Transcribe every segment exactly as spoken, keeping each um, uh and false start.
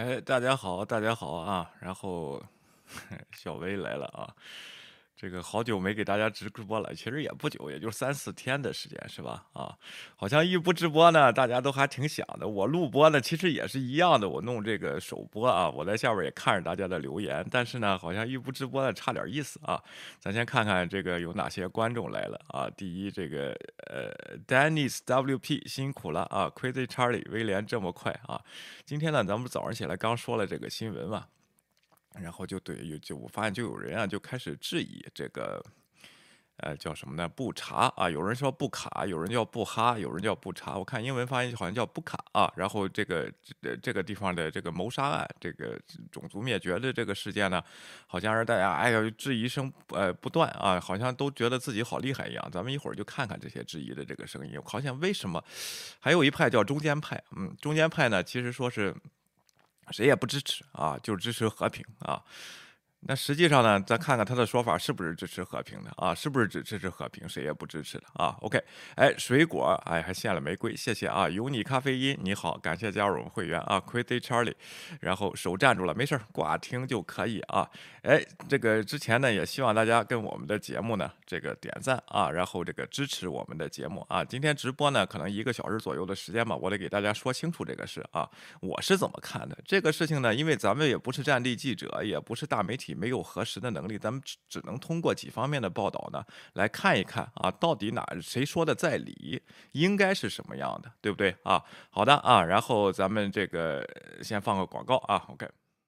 哎，大家好，大家好啊！然后小薇来了啊，这个好久没给大家直播了，其实也不久，也就三四天的时间是吧？啊，好像一不直播呢，大家都还挺想的。我录播呢，其实也是一样的，我弄这个首播啊，我在下边也看着大家的留言，但是呢，好像一不直播呢，差点意思啊。咱先看看这个有哪些观众来了啊？第一，这个呃，Dennis W P 辛苦了啊，Crazy Charlie 威廉这么快啊。今天呢，咱们早上起来刚说了这个新闻嘛，然后就对，有就我发现就有人啊就开始质疑这个，呃，叫什么呢？不查啊，有人说不卡，有人叫不哈，有人叫不查。我看英文发音好像叫不卡啊。然后这个这这个地方的这个谋杀案，这个种族灭绝的这个事件呢，好像是大家哎呀质疑声呃不断啊，好像都觉得自己好厉害一样。咱们一会儿就看看这些质疑的这个声音，好像为什么还有一派叫中间派，嗯，中间派呢，其实说是。谁也不支持啊，就支持和平啊。那实际上呢，咱看看他的说法是不是支持和平的啊？是不是只支持和平？谁也不支持的啊？OK，哎，水果，哎，还献了玫瑰，谢谢啊。有你咖啡因，你好，感谢加入我们会员啊。Crazy Charlie，然后手站住了，没事挂听就可以啊。哎，这个之前呢，也希望大家跟我们的节目呢，这个点赞啊，然后这个支持我们的节目啊。今天直播呢，可能一个小时左右的时间吧，我得给大家说清楚这个事啊。我是怎么看的？这个事情呢，因为咱们也不是战地记者，也不是大媒体。没有核实的能力，咱们只只能通过几方面的报道呢，来看一看啊，到底哪谁说的在理，应该是什么样的，对不对啊？好的啊，然后咱们这个先放个广告啊 ，OK。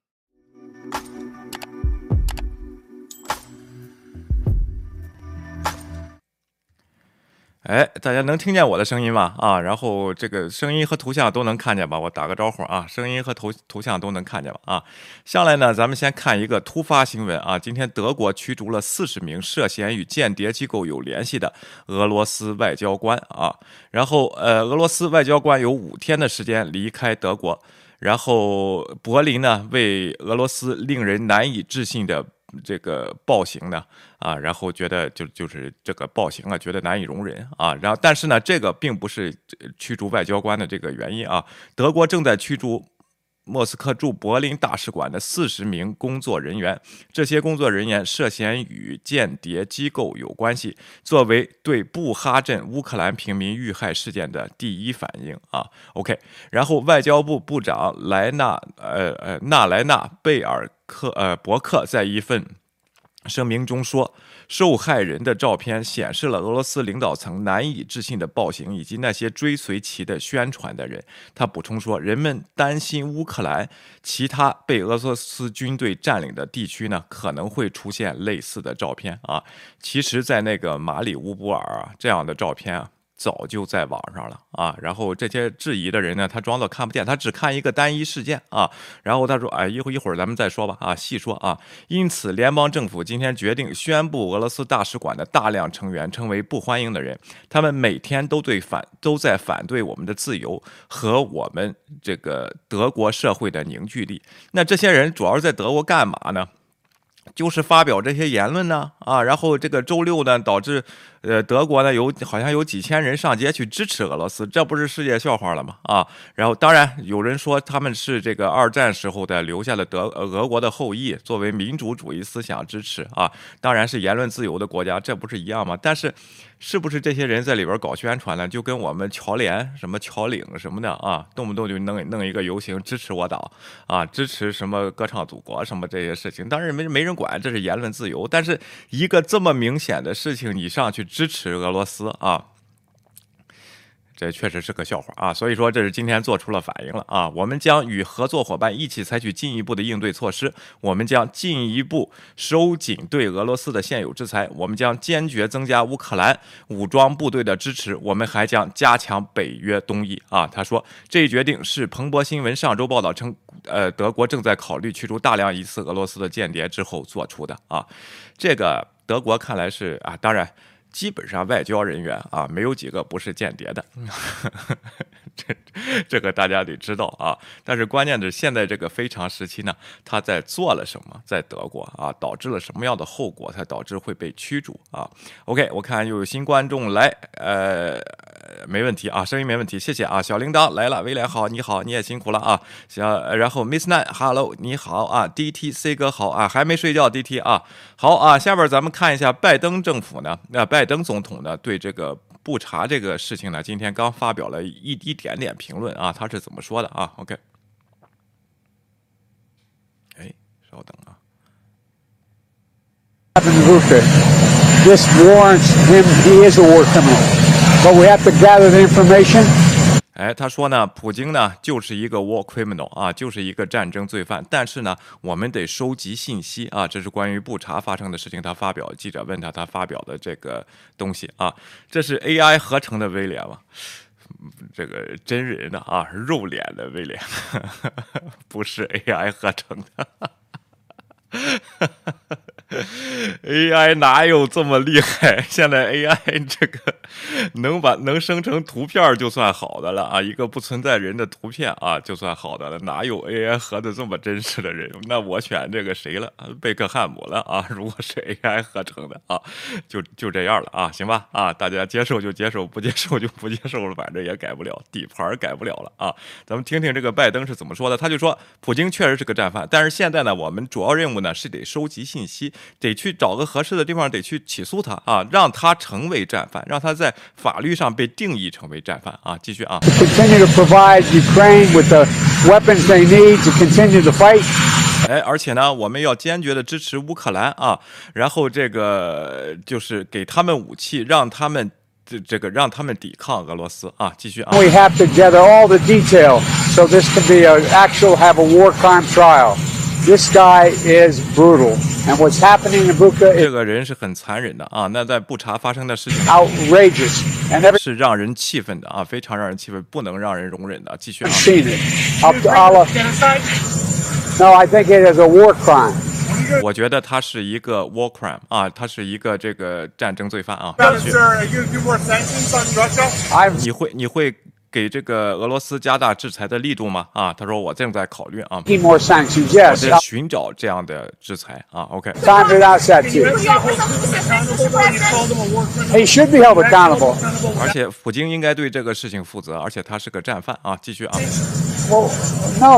哎，大家能听见我的声音吗？啊，然后这个声音和图像都能看见吧？我打个招呼啊，声音和图图像都能看见吧？啊，上来呢，咱们先看一个突发新闻啊。今天德国驱逐了四十名涉嫌与间谍机构有联系的俄罗斯外交官啊。然后呃，俄罗斯外交官有五天的时间离开德国。然后柏林呢，为俄罗斯令人难以置信的这个暴行呢，啊，然后觉得就就是这个暴行啊，觉得难以容忍啊，然后但是呢，这个并不是驱逐外交官的这个原因啊，德国正在驱逐莫斯科驻柏林大使馆的四十名工作人员，这些工作人员涉嫌与间谍机构有关系。作为对布哈镇乌克兰平民遇害事件的第一反应啊 ，OK。然后外交部部长莱纳呃呃纳莱纳贝尔克呃伯克在一份声明中说，受害人的照片显示了俄罗斯领导层难以置信的暴行以及那些追随其的宣传的人。他补充说，人们担心乌克兰其他被俄罗斯军队占领的地区呢可能会出现类似的照片啊。其实，在那个马里乌波尔啊，这样的照片啊。早就在网上了啊，然后这些质疑的人呢，他装作看不见，他只看一个单一事件啊，然后他说，哎，一会一会儿咱们再说吧，啊，细说啊。因此，联邦政府今天决定宣布，俄罗斯大使馆的大量成员称为不欢迎的人，他们每天都对反都在反对我们的自由和我们这个德国社会的凝聚力。那这些人主要是在德国干嘛呢？就是发表这些言论呢，啊，然后这个周六呢，导致呃德国呢有好像有几千人上街去支持俄罗斯，这不是世界笑话了吗？啊，然后当然有人说他们是这个二战时候的留下了德俄国的后裔，作为民主主义思想支持啊，当然是言论自由的国家，这不是一样吗？但是是不是这些人在里边搞宣传呢？就跟我们侨联什么侨领什么的啊，动不动就弄弄一个游行支持我党啊，支持什么歌唱祖国什么这些事情，当然没没人管，这是言论自由。但是一个这么明显的事情，你上去支持俄罗斯啊？这确实是个笑话啊，所以说这是今天做出了反应了啊。我们将与合作伙伴一起采取进一步的应对措施，我们将进一步收紧对俄罗斯的现有制裁，我们将坚决增加乌克兰武装部队的支持，我们还将加强北约东翼啊。他说，这一决定是彭博新闻上周报道称，呃，德国正在考虑驱逐大量疑似俄罗斯的间谍之后做出的啊。这个德国看来是啊，当然。基本上外交人员啊，没有几个不是间谍的，这这个大家得知道啊。但是关键是现在这个非常时期呢，他在做了什么，在德国啊，导致了什么样的后果，才导致会被驱逐啊？OK， 我看又有新观众来，呃没问题啊，声音没问题，谢谢啊。小铃铛来了，威廉好，你好，你也辛苦了啊。小，然后 Miss Nan，Hello， 你好啊 ，D T C 哥好啊，还没睡觉 D T 啊，好啊。下边咱们看一下拜登政府呢，那、呃、拜登总统呢对这个布查这个事情呢，今天刚发表了一一点点评论啊，他是怎么说的啊 ？OK， 哎，稍等啊。 This warrants him. He is a war criminal, but we have to gather the information. 哎，他说呢，普京呢就是一个 war criminal 啊，就是一个战争罪犯。但是呢，我们得收集信息啊，这是关于布查发生的事情。他发表，记者问他，他发表的这个东西啊，这是 A I 合成的威廉吗？这个真人的啊，肉脸的威廉，不是 A I 合成的。A I 哪有这么厉害？现在 A I 这个能把能生成图片就算好的了啊，一个不存在人的图片啊就算好的了，哪有 A I 合的这么真实的人？那我选这个谁了？贝克汉姆了啊！如果是 A I 合成的啊，就就这样了啊，行吧啊，大家接受就接受，不接受就不接受了，反正也改不了，底盘改不了了啊。咱们听听这个拜登是怎么说的，他就说，普京确实是个战犯，但是现在呢，我们主要任务呢是得收集信息，得去找个合适的地方，得去起诉他啊，让他成为战犯，让他在法律上被定义成为战犯啊。继续啊。 Continue to provide Ukraine with the weapons they need to continue the fight. 哎，而且呢，我们要坚决的支持乌克兰啊，然后这个就是给他们武器，让他们这这个让他们抵抗俄罗斯啊。继续啊。 We have to gather all the detail so this can be an actual have a war crime trial. This guy is brutal, and what's happening in Bucha is 这个人是很残忍的啊。那在布查发生的事情 outrageous, and every 是让人气愤的啊，非常让人气愤，不能让人容忍的。继续啊。 seen it. Up to Allah. No, I think it is a war crime. 我觉得他是一个 war crime 啊，他是一个这个战争罪犯啊。 Sir, you do more sanctions on Russia? I'm 你会你会给这个俄罗斯加大制裁的力度吗？啊，他说我正在考虑啊， taking more sanctions. 我 Yes, 在寻找这样的制裁啊。OK， time it out, said You to. hold him accountable when you called him a war criminal? He should be held accountable. 而且普京应该对这个事情负责，而且他是个战犯啊。继续啊。 Well, no,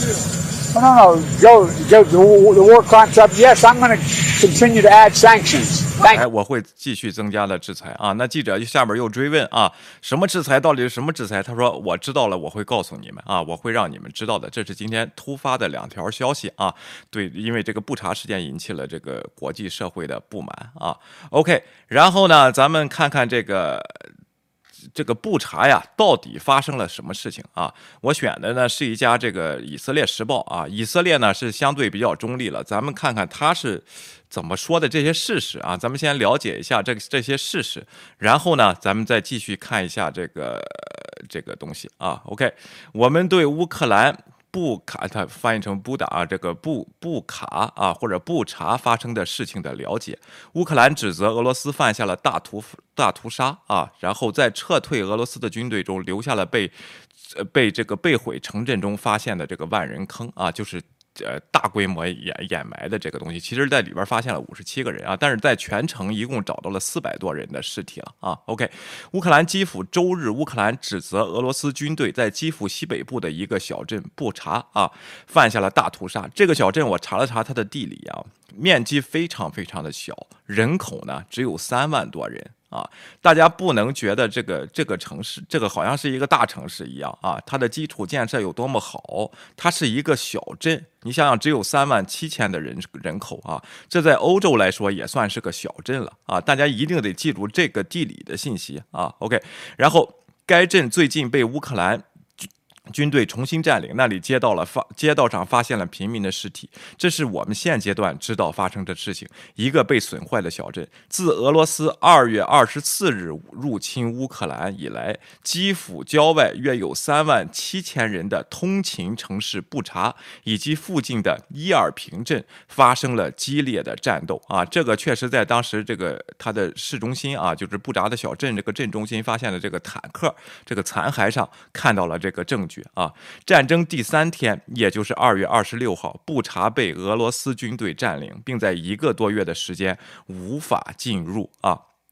no, no, no. Go, go. The, the war crime trial. Yes, I'm going to continue to add sanctions. Thank 哎， you. 我会继续增加的制裁啊。那记者下面又追问啊，什么制裁？到底是什么制裁？他说我知道了，我会告诉你们啊，我会让你们知道的。这是今天突发的两条消息啊。对，因为这个布查事件引起了这个国际社会的不满啊。OK， 然后呢，咱们看看这个。这个布查呀，到底发生了什么事情啊？我选的呢是一家这个以色列时报啊，以色列呢是相对比较中立了，咱们看看他是怎么说的这些事实啊。咱们先了解一下这个这些事实，然后呢，咱们再继续看一下这个这个东西啊。OK， 我们对乌克兰。布卡，它翻译成布达啊，这个布布卡啊，或者布查发生的事情的了解。乌克兰指责俄罗斯犯下了大屠大屠杀啊，然后在撤退俄罗斯的军队中留下了被呃被这个被毁城镇中发现的这个万人坑啊，就是。呃，大规模掩掩埋的这个东西，其实在里边发现了五十七个人啊，但是在全城一共找到了四百多人的尸体了啊。OK， 乌克兰基辅周日，乌克兰指责俄罗斯军队在基辅西北部的一个小镇布查啊犯下了大屠杀。这个小镇我查了查它的地理啊，面积非常非常的小，人口呢只有三万多人。啊，大家不能觉得这个这个城市，这个好像是一个大城市一样啊，它的基础建设有多么好，它是一个小镇。你想想，只有三万七千的人人口啊，这在欧洲来说也算是个小镇了啊。大家一定得记住这个地理的信息啊。OK， 然后该镇最近被乌克兰军队重新占领，那里街道了发街道上发现了平民的尸体，这是我们现阶段知道发生的事情。一个被损坏的小镇，自俄罗斯二月二十四日入侵乌克兰以来，基辅郊外约有三万七千人的通勤城市布查以及附近的伊尔平镇发生了激烈的战斗啊！这个确实在当时这个它的市中心啊，就是布查的小镇这个镇中心发现了这个坦克这个残骸上看到了这个证据。啊，战争第三天，也就是二月二十六号，布查被俄罗斯军队占领，并在一个多月的时间无法进入啊。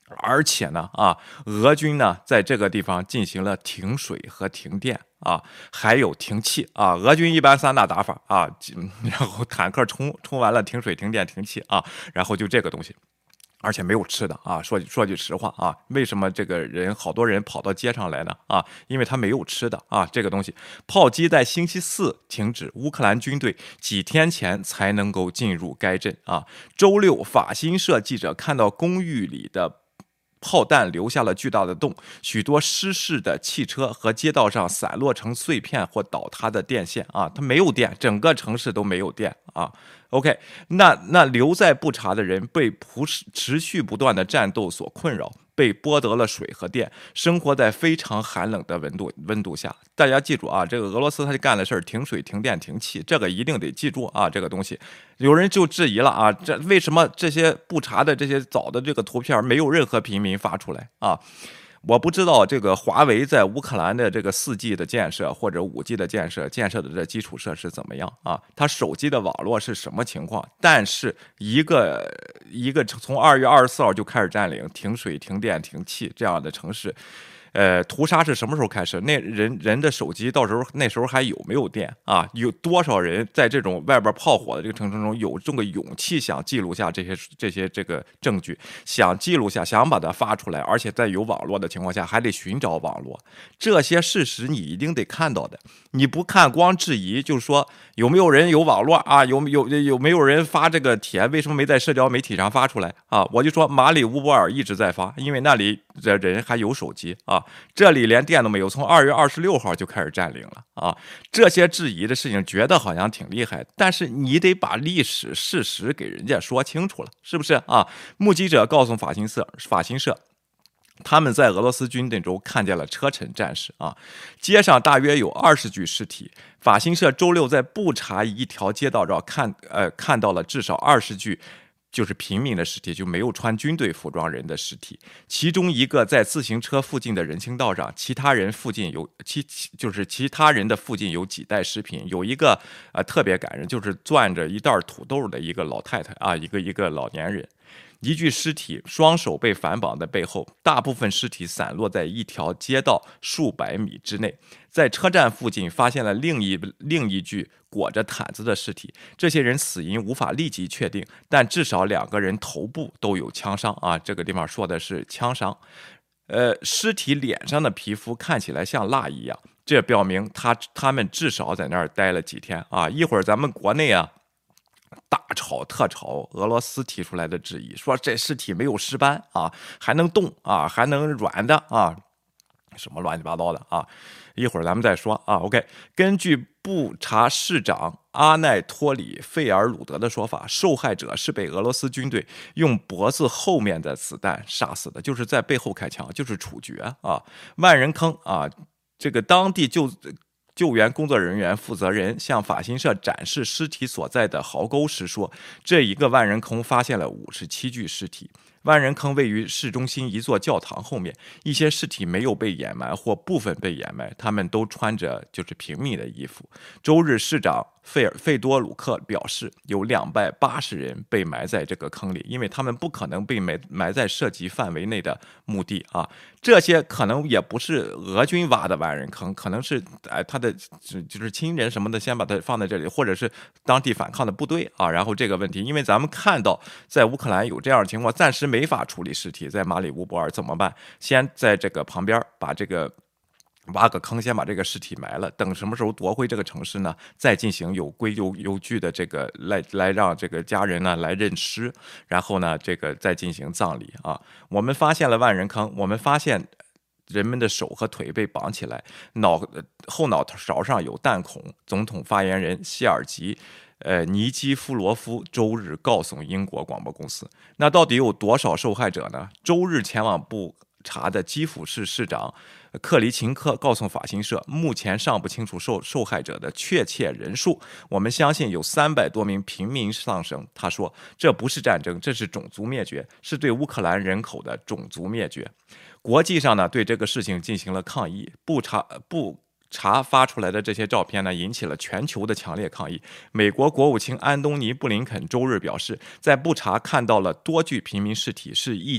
而且呢，啊，俄军呢在这个地方进行了停水和停电啊，还有停气啊。俄军一般三大打法啊，然后坦克冲冲完了停水、停电、停气啊，然后就这个东西。而且没有吃的啊，说说句实话啊，为什么这个人好多人跑到街上来呢？啊，因为他没有吃的啊，这个东西。炮击在星期四停止，乌克兰军队几天前才能够进入该镇啊。周六，法新社记者看到公寓里的炮弹留下了巨大的洞，许多失事的汽车和街道上散落成碎片或倒塌的电线啊，它没有电，整个城市都没有电啊。OK， 那那留在布查的人被不持续不断的战斗所困扰，被剥夺了水和电，生活在非常寒冷的温度温度下。大家记住啊，这个俄罗斯他就干的事儿，停水、停电、停气，这个一定得记住啊，这个东西。有人就质疑了啊，这为什么这些布查的这些早的这个图片没有任何平民发出来啊？我不知道这个华为在乌克兰的这个 四 G 的建设或者 五 G 的建设建设的这基础设施怎么样啊？它手机的网络是什么情况？但是一个一个从二月二十四号就开始占领、停水、停电、停气这样的城市。呃，屠杀是什么时候开始？那人人的手机到时候那时候还有没有电啊？有多少人在这种外边炮火的这个程程中有这个勇气想记录下这些这些这个证据，想记录下，想把它发出来，而且在有网络的情况下还得寻找网络，这些事实你一定得看到的。你不看光质疑，就是说有没有人有网络啊？有有有没有人发这个帖？为什么没在社交媒体上发出来啊？我就说马里乌波尔一直在发，因为那里的人还有手机啊。这里连电都没有，从二月二十六号就开始占领了啊！这些质疑的事情，觉得好像挺厉害，但是你得把历史事实给人家说清楚了，是不是啊？目击者告诉法新社，法新社。他们在俄罗斯军队中看见了车臣战士啊，街上大约有二十具尸体。法新社周六在布查一条街道上看呃看到了至少二十具。就是平民的尸体，就没有穿军队服装人的尸体。其中一个在自行车附近的人行道上，其他人附近有其就是其他人的附近有几袋食品，有一个呃特别感人，就是攥着一袋土豆的一个老太太啊，一个一个老年人。一具尸体双手被反绑在背后，大部分尸体散落在一条街道数百米之内。在车站附近发现了另一另一具裹着毯子的尸体，这些人死因无法立即确定，但至少两个人头部都有枪伤啊，这个地方说的是枪伤。呃，尸体脸上的皮肤看起来像蜡一样，这表明他他们至少在那儿待了几天啊。一会儿咱们国内啊。大吵特吵，俄罗斯提出来的质疑，说这尸体没有尸斑啊，还能动啊，还能软的啊，什么乱七八糟的啊！一会儿咱们再说啊。OK， 根据布查市长阿奈托里·费尔鲁德的说法，受害者是被俄罗斯军队用脖子后面的子弹杀死的，就是在背后开枪，就是处决啊！万人坑啊！这个当地就。救援工作人员负责人向法新社展示尸体所在的壕沟时说，这一个万人坑发现了五十七具尸体。万人坑位于市中心一座教堂后面，一些尸体没有被掩埋或部分被掩埋，他们都穿着就是平民的衣服。周日，市长费尔费多鲁克表示，有两百八十人被埋在这个坑里，因为他们不可能被埋埋在涉及范围内的墓地啊。这些可能也不是俄军挖的万人坑，可能是哎他的就是亲人什么的先把它放在这里，或者是当地反抗的部队啊。然后这个问题，因为咱们看到在乌克兰有这样的情况，暂时没法处理尸体，在马里乌波尔怎么办？先在这个旁边把这个。挖个坑，先把这个尸体埋了，等什么时候夺回这个城市呢？再进行有规有有据的这个来来让这个家人呢来认尸，然后呢这个再进行葬礼啊。我们发现了万人坑，我们发现人们的手和腿被绑起来，脑后脑勺上有弹孔。总统发言人谢尔吉。呃，尼基夫罗夫周日告诉英国广播公司，那到底有多少受害者呢？周日前往布查的基辅市市长克里琴科告诉法新社，目前尚不清楚受受害者的确切人数，我们相信有三百多名平民丧生。他说，这不是战争，这是种族灭绝，是对乌克兰人口的种族灭绝。国际上呢，对这个事情进行了抗议，布查布。查发出来的这些照片呢，引起了全球的强烈抗议。美国国务卿安东尼·布林肯周日表示，在布查看到了多具平民尸体，是意即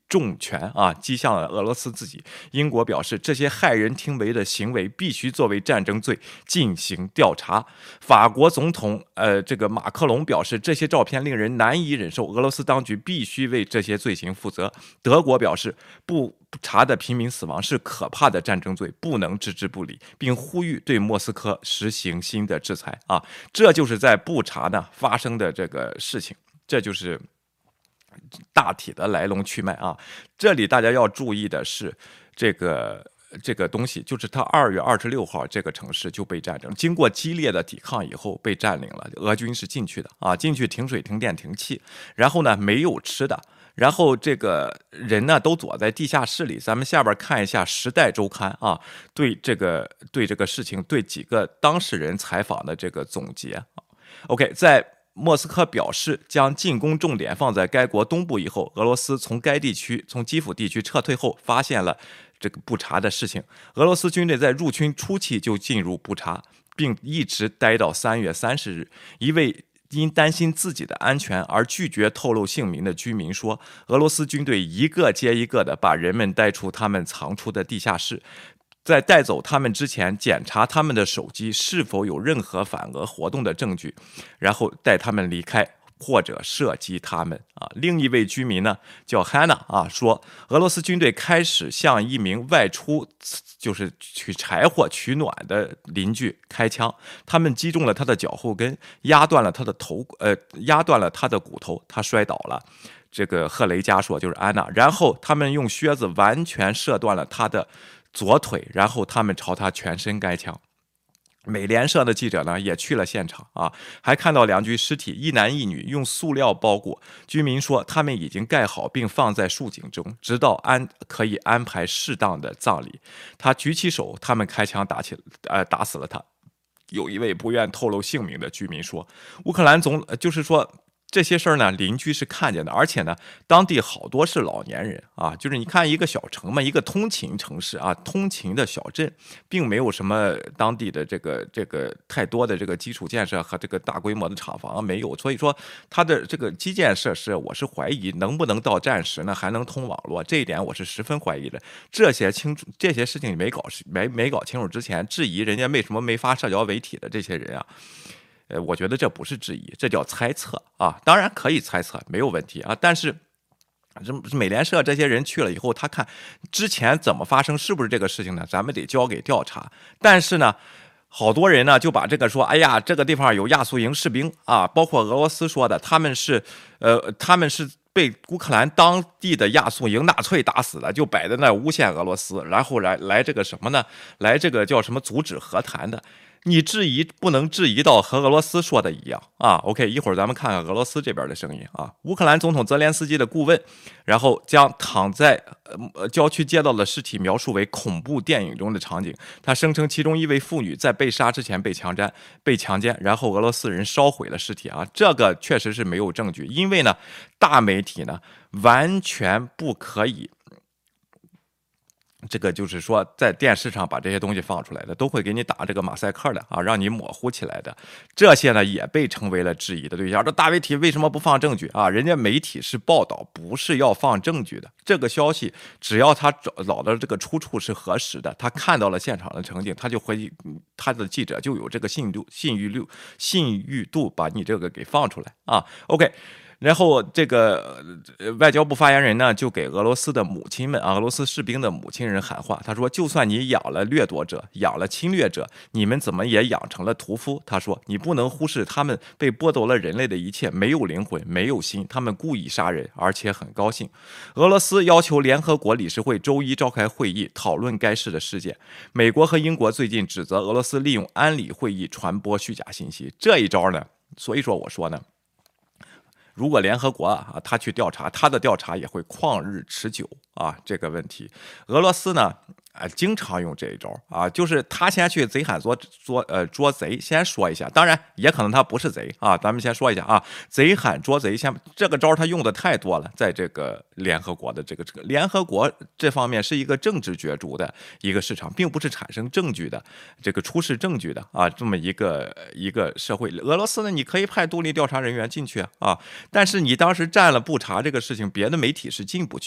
重拳啊击向了俄罗斯自己。英国表示，这些骇人听闻的行为必须作为战争罪进行调查。法国总统呃这个马克龙表示，这些照片令人难以忍受，俄罗斯当局必须为这些罪行负责。德国表示，不查的平民死亡是可怕的战争罪，不能置之不理，并呼吁对莫斯科实行新的制裁啊！这就是在布查呢发生的这个事情，这就是大体的来龙去脉啊。这里大家要注意的是，这个这个东西就是他二月二十六号这个城市就被占领，经过激烈的抵抗以后被占领了。俄军是进去的啊，进去停水、停电、停气，然后呢没有吃的。然后这个人呢都躲在地下室里。咱们下边看一下《时代周刊》啊，对这个对这个事情对几个当事人采访的这个总结。OK， 在莫斯科表示将进攻重点放在该国东部以后，俄罗斯从该地区从基辅地区撤退后，发现了这个布查的事情。俄罗斯军队在入侵初期就进入布查，并一直待到三月三十日。一位因担心自己的安全而拒绝透露姓名的居民说，俄罗斯军队一个接一个地把人们带出他们藏出的地下室，在带走他们之前检查他们的手机是否有任何反俄活动的证据，然后带他们离开或者射击他们啊。另一位居民呢叫 Hanna 啊，说俄罗斯军队开始向一名外出就是取柴火取暖的邻居开枪，他们击中了他的脚后跟，压断了他的头，呃，压断了他的骨头，他摔倒了。这个赫雷加说，就是安娜，然后他们用靴子完全射断了他的左腿，然后他们朝他全身开枪。美联社的记者呢也去了现场啊，还看到两具尸体，一男一女，用塑料包裹。居民说，他们已经盖好并放在竖井中，直到安可以安排适当的葬礼。他举起手，他们开枪打起，呃，打死了他。有一位不愿透露姓名的居民说，乌克兰总就是说。这些事儿呢，邻居是看见的，而且呢，当地好多是老年人啊，就是你看一个小城嘛，一个通勤城市啊，通勤的小镇，并没有什么当地的这个这个太多的这个基础建设和这个大规模的厂房没有，所以说它的这个基建设施，我是怀疑能不能到战时呢还能通网络，这一点我是十分怀疑的。这些清楚这些事情没搞没没搞清楚之前，质疑人家为什么没发社交媒体的这些人啊。呃，我觉得这不是质疑，这叫猜测啊。当然可以猜测，没有问题啊。但是，这美联社这些人去了以后，他看之前怎么发生，是不是这个事情呢？咱们得交给调查。但是呢，好多人呢就把这个说，哎呀，这个地方有亚速营士兵啊，包括俄罗斯说的，他们是呃，他们是被乌克兰当地的亚速营纳粹打死的，就摆在那诬陷俄罗斯，然后来来这个什么呢？来这个叫什么阻止和谈的。你质疑不能质疑到和俄罗斯说的一样啊 ？OK， 一会儿咱们看看俄罗斯这边的声音啊。乌克兰总统泽连斯基的顾问，然后将躺在呃郊区街道的尸体描述为恐怖电影中的场景。他声称其中一位妇女在被杀之前被强奸，被强奸，然后俄罗斯人烧毁了尸体啊。这个确实是没有证据，因为呢，大媒体呢完全不可以。这个就是说，在电视上把这些东西放出来的，都会给你打这个马赛克的啊，让你模糊起来的。这些呢，也被成为了质疑的对象。这大媒体为什么不放证据啊？人家媒体是报道，不是要放证据的。这个消息只要他找的这个出处是核实的，他看到了现场的场景，他就会，他的记者就有这个信度、信誉率、信誉度，把你这个给放出来啊。OK。然后这个外交部发言人呢，就给俄罗斯的母亲们啊，俄罗斯士兵的母亲人喊话。他说，就算你养了掠夺者，养了侵略者，你们怎么也养成了屠夫？他说，你不能忽视他们被剥夺了人类的一切，没有灵魂，没有心，他们故意杀人，而且很高兴。俄罗斯要求联合国理事会周一召开会议，讨论该市的事件。美国和英国最近指责俄罗斯利用安理会议传播虚假信息。这一招呢，所以说我说呢。如果联合国啊，他去调查，他的调查也会旷日持久啊。这个问题，俄罗斯呢，啊，经常用这一招啊，就是他先去贼喊捉捉呃捉贼，先说一下，当然也可能他不是贼啊，咱们先说一下啊，贼喊捉贼，先这个招他用的太多了，在这个联合国的这个这个联合国这方面是一个政治角逐的一个市场，并不是产生证据的这个出示证据的啊，这么一个一个社会。俄罗斯呢，你可以派独立调查人员进去啊。但是你当时占了布查这个事情，别的媒体是进不去的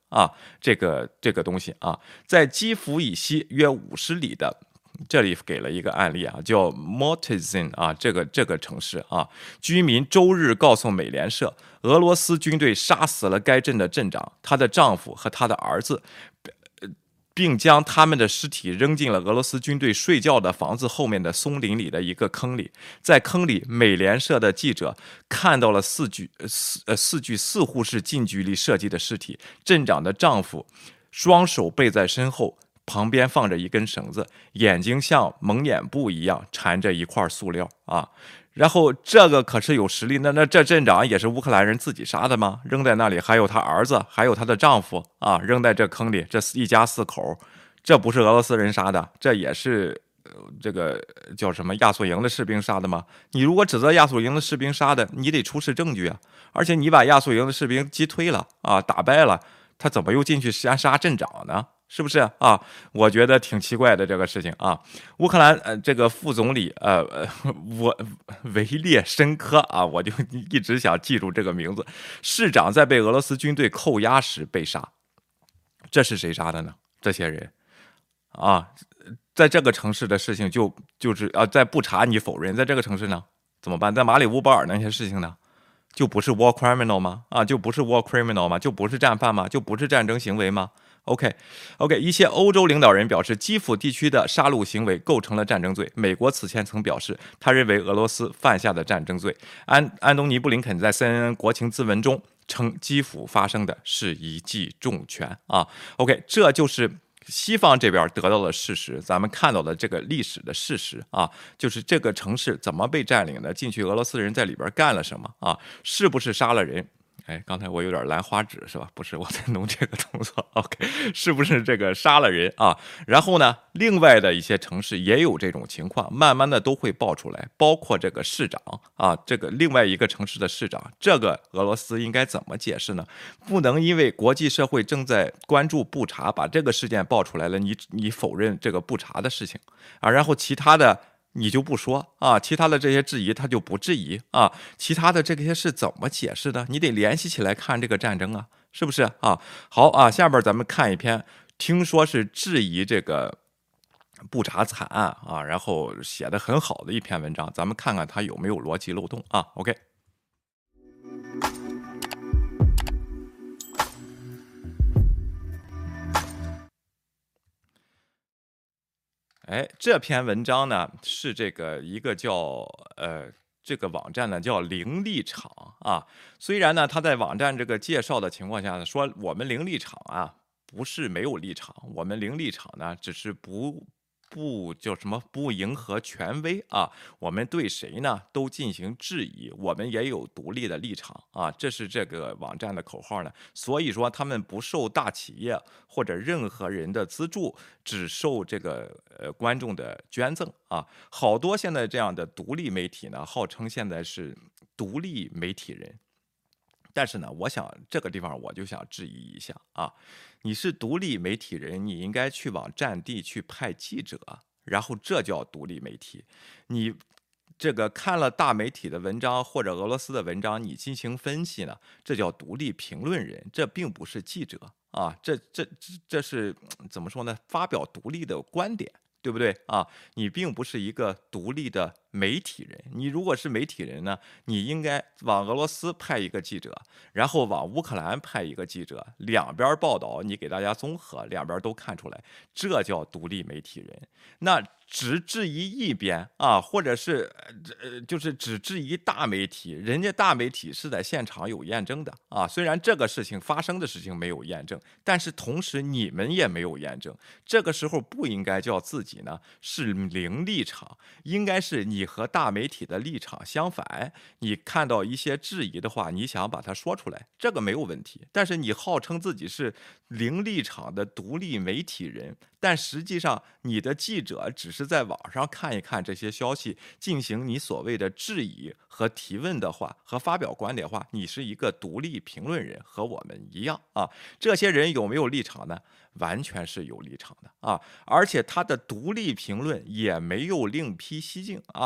啊，这个这个东西啊，在基辅以西约五十里的。这里给了一个案例啊，叫 Mortizin 啊，这个这个城市啊，居民周日告诉美联社，俄罗斯军队杀死了该镇的镇长、她的丈夫和她的儿子，并将他们的尸体扔进了俄罗斯军队睡觉的房子后面的松林里的一个坑里。在坑里，美联社的记者看到了四具四呃四具似乎是近距离射击的尸体，镇长的丈夫双手背在身后。旁边放着一根绳子，眼睛像蒙眼布一样缠着一块塑料啊。然后这个可是有实力，那那这镇长也是乌克兰人自己杀的吗？扔在那里，还有他儿子，还有他的丈夫啊，扔在这坑里，这一家四口，这不是俄罗斯人杀的，这也是、呃、这个叫什么亚速营的士兵杀的吗？你如果指责亚速营的士兵杀的，你得出示证据啊！而且你把亚速营的士兵击退了啊，打败了，他怎么又进去杀杀镇长呢？是不是啊？我觉得挺奇怪的这个事情啊。乌克兰呃这个副总理呃呃我维列申科啊，我就一直想记住这个名字。市长在被俄罗斯军队扣押时被杀，这是谁杀的呢？这些人啊，在这个城市的事情就就是啊，在布查你否认，在这个城市呢怎么办？在马里乌波尔那些事情呢？就不是 war criminal 吗？啊，就不是 war criminal 吗？就不是战犯吗？就不是战争行为吗？ OK OK， 一些欧洲领导人表示，基辅地区的杀戮行为构成了战争罪。美国此前曾表示，他认为俄罗斯犯下的战争罪。安安东尼布林肯在 C N N 国情咨文中称，基辅发生的是一记重拳啊。OK， 这就是西方这边得到的事实，咱们看到的这个历史的事实啊，就是这个城市怎么被占领的，进去俄罗斯人在里边干了什么啊？是不是杀了人？哎，刚才我有点兰花指是吧？不是，我在弄这个动作。OK， 是不是这个杀了人啊？然后呢，另外的一些城市也有这种情况，慢慢的都会爆出来，包括这个市长啊，这个另外一个城市的市长，这个俄罗斯应该怎么解释呢？不能因为国际社会正在关注布查，把这个事件爆出来了，你你否认这个布查的事情啊，然后其他的。你就不说啊，其他的这些质疑他就不质疑啊，其他的这些是怎么解释的？你得联系起来看这个战争啊，是不是啊？好啊，下边咱们看一篇，听说是质疑这个布查惨案啊，然后写的很好的一篇文章，咱们看看它有没有逻辑漏洞啊 ？OK。哎，这篇文章呢是这个一个叫呃这个网站呢叫零立场啊。虽然呢他在网站这个介绍的情况下呢说我们零立场啊不是没有立场，我们零立场呢只是不不叫什么不迎合权威啊，我们对谁呢都进行质疑，我们也有独立的立场啊，这是这个网站的口号呢。所以说他们不受大企业或者任何人的资助，只受这个呃观众的捐赠啊。好多现在这样的独立媒体呢，号称现在是独立媒体人。但是呢，我想这个地方我就想质疑一下啊，你是独立媒体人，你应该去往战地去派记者，然后这叫独立媒体。你这个看了大媒体的文章或者俄罗斯的文章，你进行分析呢，这叫独立评论人，这并不是记者啊，这这这这是怎么说呢？发表独立的观点。对不对啊？你并不是一个独立的媒体人，你如果是媒体人呢，你应该往俄罗斯派一个记者，然后往乌克兰派一个记者，两边报道，你给大家综合，两边都看出来，这叫独立媒体人。那只质疑一边啊，或者是呃，就是只质疑大媒体，人家大媒体是在现场有验证的啊。虽然这个事情发生的事情没有验证，但是同时你们也没有验证。这个时候不应该叫自己呢是零立场，应该是你和大媒体的立场相反。你看到一些质疑的话，你想把它说出来，这个没有问题。但是你号称自己是零立场的独立媒体人，但实际上你的记者只是在网上看一看这些消息，进行你所谓的质疑和提问的话，和发表观点的话，你是一个独立评论人，和我们一样啊。这些人有没有立场呢？完全是有立场的啊，而且他的独立评论也没有另辟蹊径啊。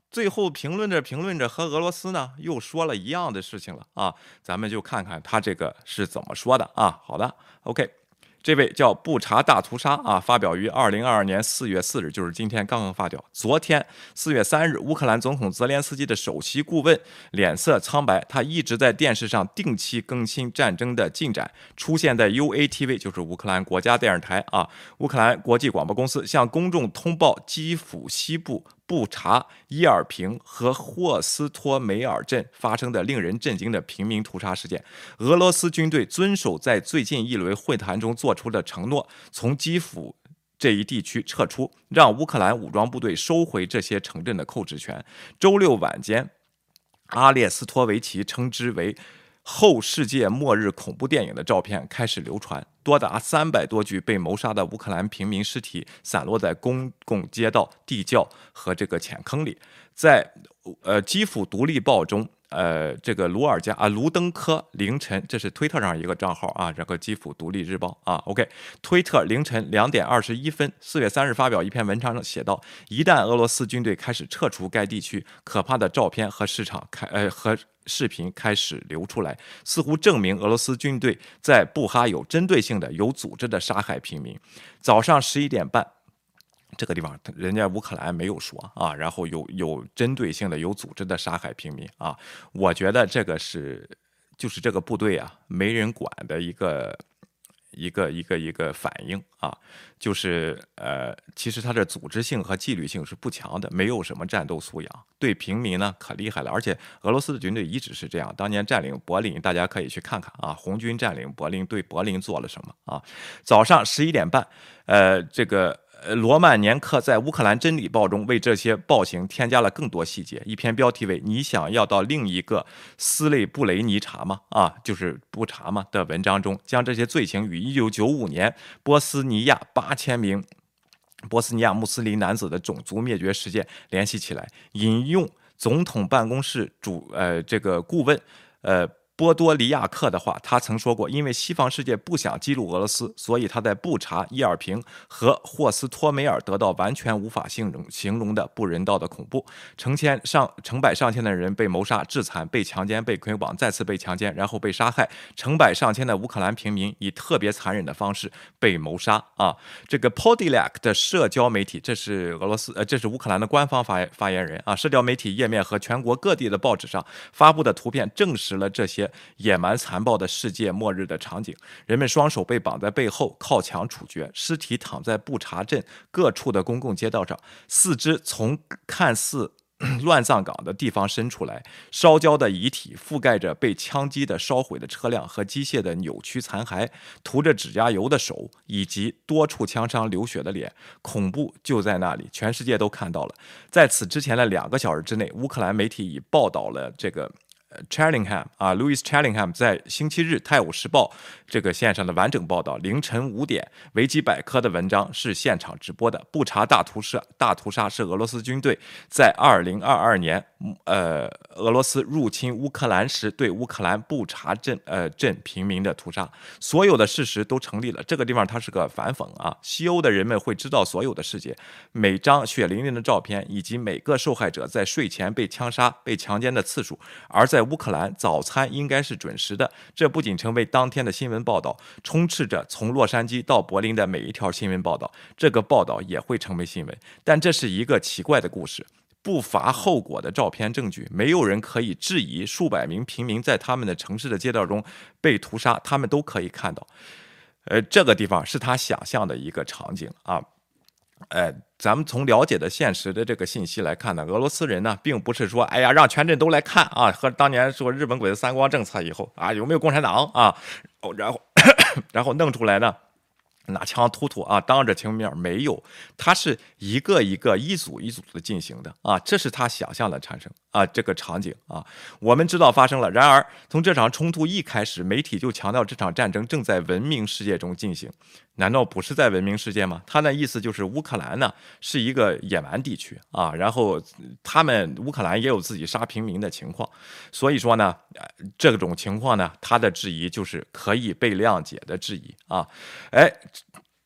最后评论着评论着，和俄罗斯呢又说了一样的事情了啊，咱们就看看他这个是怎么说的啊。好的 ，OK。这位叫布查大屠杀啊，发表于二零二二年四月四日，就是今天刚刚发表。昨天四月三日，乌克兰总统泽连斯基的首席顾问脸色苍白，他一直在电视上定期更新战争的进展，出现在 U A T V， 就是乌克兰国家电视台啊，乌克兰国际广播公司向公众通报基辅西部布查、伊尔平和霍斯托梅尔镇发生的令人震惊的平民屠杀事件。俄罗斯军队遵守在最近一轮会谈中做出的承诺，从基辅这一地区撤出，让乌克兰武装部队收回这些城镇的控制权。周六晚间，阿列斯托维奇称之为后世界末日恐怖电影的照片开始流传，多达三百多具被谋杀的乌克兰平民尸体散落在公共街道、地窖和这个浅坑里。在呃基辅独立报中，呃这个卢尔加啊卢登科凌晨，这是推特上一个账号啊，这个基辅独立日报啊 ，OK， 推特凌晨两点二十一分，四月三日发表一篇文章上写道：一旦俄罗斯军队开始撤出该地区，可怕的照片和市场开呃和视频开始流出来，似乎证明俄罗斯军队在布哈有针对性的、有组织的杀害平民。早上十一点半，这个地方人家乌克兰没有说啊，然后有有针对性的、有组织的杀害平民啊，我觉得这个是就是这个部队啊没人管的一个。一个一个一个反应啊，就是呃，其实它的组织性和纪律性是不强的，没有什么战斗素养，对平民呢可厉害了。而且俄罗斯的军队一直是这样，当年占领柏林，大家可以去看看啊，红军占领柏林对柏林做了什么啊？早上十一点半，呃，这个。罗曼年科在乌克兰真理报中为这些暴行添加了更多细节，一篇标题为你想要到另一个斯雷布雷尼察吗啊就是布查吗的文章中，将这些罪行与一九九五年波斯尼亚八千名波斯尼亚穆斯林男子的种族灭绝事件联系起来，引用总统办公室主呃这个顾问呃波多利亚克的话，他曾说过，因为西方世界不想激怒俄罗斯，所以他在布查、伊尔平和霍斯托梅尔得到完全无法形容形容的不人道的恐怖，成千上成百上千的人被谋杀、致残、被强奸、被捆绑、再次被强奸，然后被杀害，成百上千的乌克兰平民以特别残忍的方式被谋杀啊！这个 Podilak 的社交媒体，这是俄罗斯呃，这是乌克兰的官方发发言人啊，社交媒体页面和全国各地的报纸上发布的图片证实了这些野蛮残暴的世界末日的场景，人们双手被绑在背后，靠墙处决，尸体躺在布查镇各处的公共街道上，四肢从看似乱葬岗的地方伸出来，烧焦的遗体覆盖着被枪击的烧毁的车辆和机械的扭曲残骸，涂着指甲油的手，以及多处枪伤流血的脸，恐怖就在那里，全世界都看到了。在此之前的两个小时之内，乌克兰媒体已报道了这个Challingham 啊 ，Louis Challingham 在星期日《泰晤士报》这个线上的完整报道。凌晨五点，维基百科的文章是现场直播的。布查大屠杀，大屠杀是俄罗斯军队在二零二二年，呃，俄罗斯入侵乌克兰时对乌克兰布查镇呃镇平民的屠杀。所有的事实都成立了。这个地方它是个反讽啊，西欧的人们会知道所有的细节，每张血淋淋的照片，以及每个受害者在睡前被枪杀、被强奸的次数，而在乌克兰，早餐应该是准时的。这不仅成为当天的新闻报道，充斥着从洛杉矶到柏林的每一条新闻报道，这个报道也会成为新闻。但这是一个奇怪的故事，不乏后果的照片证据，没有人可以质疑数百名平民在他们的城市的街道中被屠杀，他们都可以看到。呃，这个地方是他想象的一个场景啊。呃，咱们从了解的现实的这个信息来看呢，俄罗斯人呢，并不是说，哎呀，让全镇都来看啊，和当年说日本鬼子三光政策以后啊，有没有共产党啊，哦，然后然后弄出来呢，拿枪突突啊，当着情面没有，它是一个一个一组一组的进行的啊，这是他想象的产生啊，这个场景啊，我们知道发生了。然而，从这场冲突一开始，媒体就强调这场战争正在文明世界中进行。难道不是在文明世界吗？他的意思就是乌克兰呢是一个野蛮地区啊，然后他们乌克兰也有自己杀平民的情况，所以说呢，这种情况呢，他的质疑就是可以被谅解的质疑啊。哎，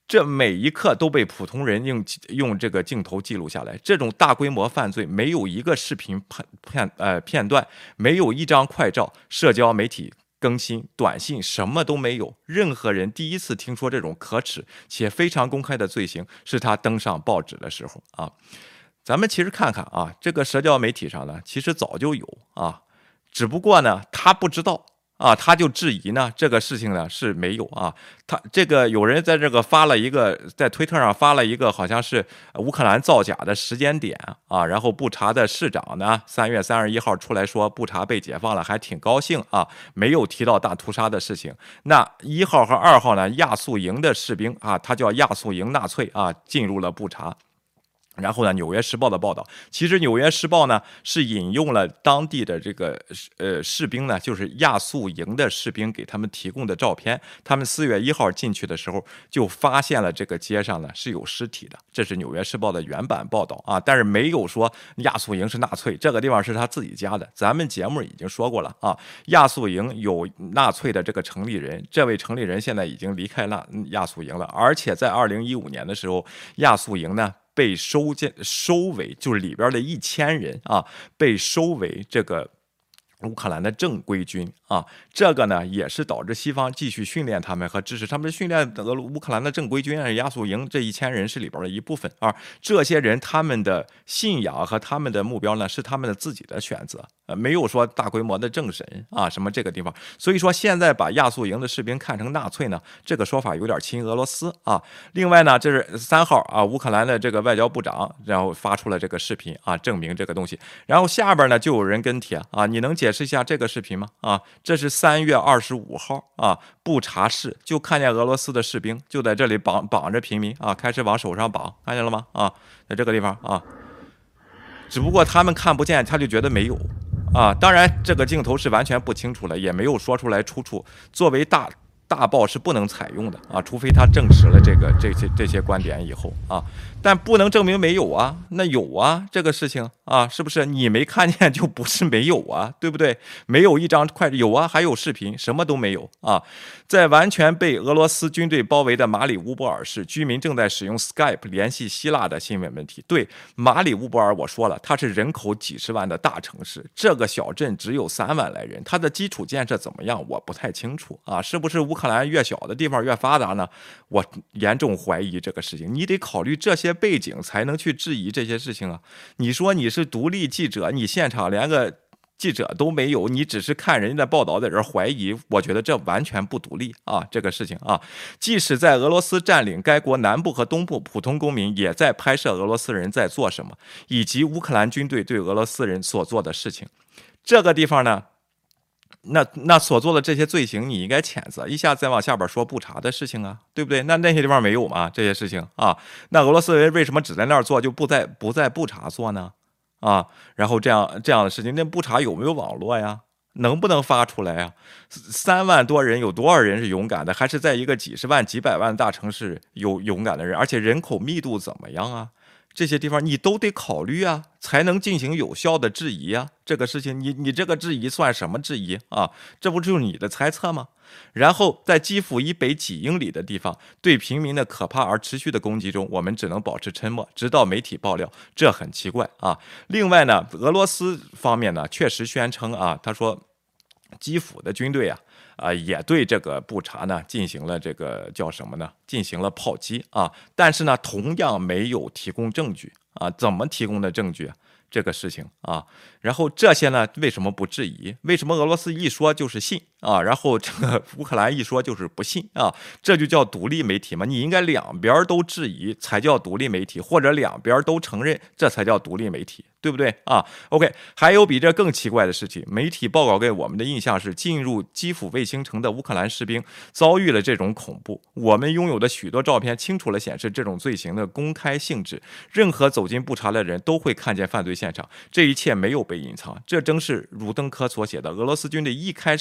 这每一刻都被普通人用用这个镜头记录下来。这种大规模犯罪，没有一个视频片片呃片段，没有一张快照，社交媒体更新、短信什么都没有。任何人第一次听说这种可耻且非常公开的罪行，是他登上报纸的时候啊。咱们其实看看啊，这个社交媒体上呢，其实早就有啊，只不过呢，他不知道。啊，他就质疑呢，这个事情呢是没有啊。他这个有人在这个发了一个，在推特上发了一个，好像是乌克兰造假的时间点啊。然后布查的市长呢，三月三十一号出来说布查被解放了，还挺高兴啊，没有提到大屠杀的事情。那一号和二号呢，亚速营的士兵啊，他叫亚速营纳粹啊，进入了布查。然后呢，《纽约时报》的报道，其实《纽约时报》呢是引用了当地的这个呃士兵呢，就是亚速营的士兵给他们提供的照片。他们四月一号进去的时候，就发现了这个街上呢是有尸体的。这是《纽约时报》的原版报道啊，但是没有说亚速营是纳粹，这个地方是他自己家的。咱们节目已经说过了啊，亚速营有纳粹的这个成立人，这位成立人现在已经离开了亚速营了，而且在二零一五年的时候，亚速营呢被收建收为，就是里边的一千人啊，被收为这个乌克兰的正规军啊，这个呢也是导致西方继续训练他们和支持他们训练俄乌克兰的正规军啊，亚速营这一千人是里边的一部分啊。这些人他们的信仰和他们的目标呢是他们的自己的选择，呃，没有说大规模的政审啊什么这个地方。所以说现在把亚速营的士兵看成纳粹呢，这个说法有点亲俄罗斯啊。另外呢，这是三号啊，乌克兰的这个外交部长然后发出了这个视频啊，证明这个东西。然后下边呢就有人跟帖啊，你能解释一下这个视频吗？啊，这是三月二十五号啊，布查市就看见俄罗斯的士兵就在这里绑绑着平民啊，开始往手上绑，看见了吗？啊，在这个地方啊，只不过他们看不见，他就觉得没有啊。当然，这个镜头是完全不清楚了，也没有说出来出处。作为大大报是不能采用的啊，除非他证实了这个这些这些观点以后啊，但不能证明没有啊，那有啊，这个事情啊，是不是你没看见就不是没有啊，对不对？没有一张快有啊，还有视频，什么都没有啊。在完全被俄罗斯军队包围的马里乌波尔市，居民正在使用 Skype 联系希腊的新闻问题。对，马里乌波尔我说了，它是人口几十万的大城市，这个小镇只有三万来人，它的基础建设怎么样，我不太清楚啊，是不是乌克兰越小的地方越发达呢？我严重怀疑这个事情，你得考虑这些背景才能去质疑这些事情啊。你说你是独立记者，你现场连个记者都没有，你只是看人家的报道在这怀疑，我觉得这完全不独立啊！这个事情啊，即使在俄罗斯占领该国南部和东部，普通公民也在拍摄俄罗斯人在做什么，以及乌克兰军队对俄罗斯人所做的事情。这个地方呢，那那所做的这些罪行，你应该谴责一下，再往下边说布查的事情啊，对不对？那那些地方没有吗？这些事情啊，那俄罗斯人为什么只在那儿做，就不在不在布查做呢？啊，然后这样这样的事情，那布查有没有网络呀？能不能发出来呀？三万多人，有多少人是勇敢的？还是在一个几十万、几百万的大城市有勇敢的人？而且人口密度怎么样啊？这些地方你都得考虑啊，才能进行有效的质疑啊。这个事情你你这个质疑算什么质疑啊？这不就是你的猜测吗？然后在基辅以北几英里的地方，对平民的可怕而持续的攻击中，我们只能保持沉默，直到媒体爆料，这很奇怪啊。另外呢，俄罗斯方面呢确实宣称啊，他说基辅的军队啊啊也对这个布查呢进行了这个叫什么呢？进行了炮击啊，但是呢同样没有提供证据啊，怎么提供的证据啊？这个事情啊，然后这些呢，为什么不质疑？为什么俄罗斯一说就是信啊？然后这个乌克兰一说就是不信啊？这就叫独立媒体吗？你应该两边都质疑才叫独立媒体，或者两边都承认，这才叫独立媒体，对不对啊 ？OK， 还有比这更奇怪的事情，媒体报告给我们的印象是，进入基辅卫星城的乌克兰士兵遭遇了这种恐怖。我们拥有的许多照片清楚地显示这种罪行的公开性质，任何走进布查的人都会看见犯罪现场，这一切没有被隐藏。这正是如登科所写的，俄罗斯军队一开始撤离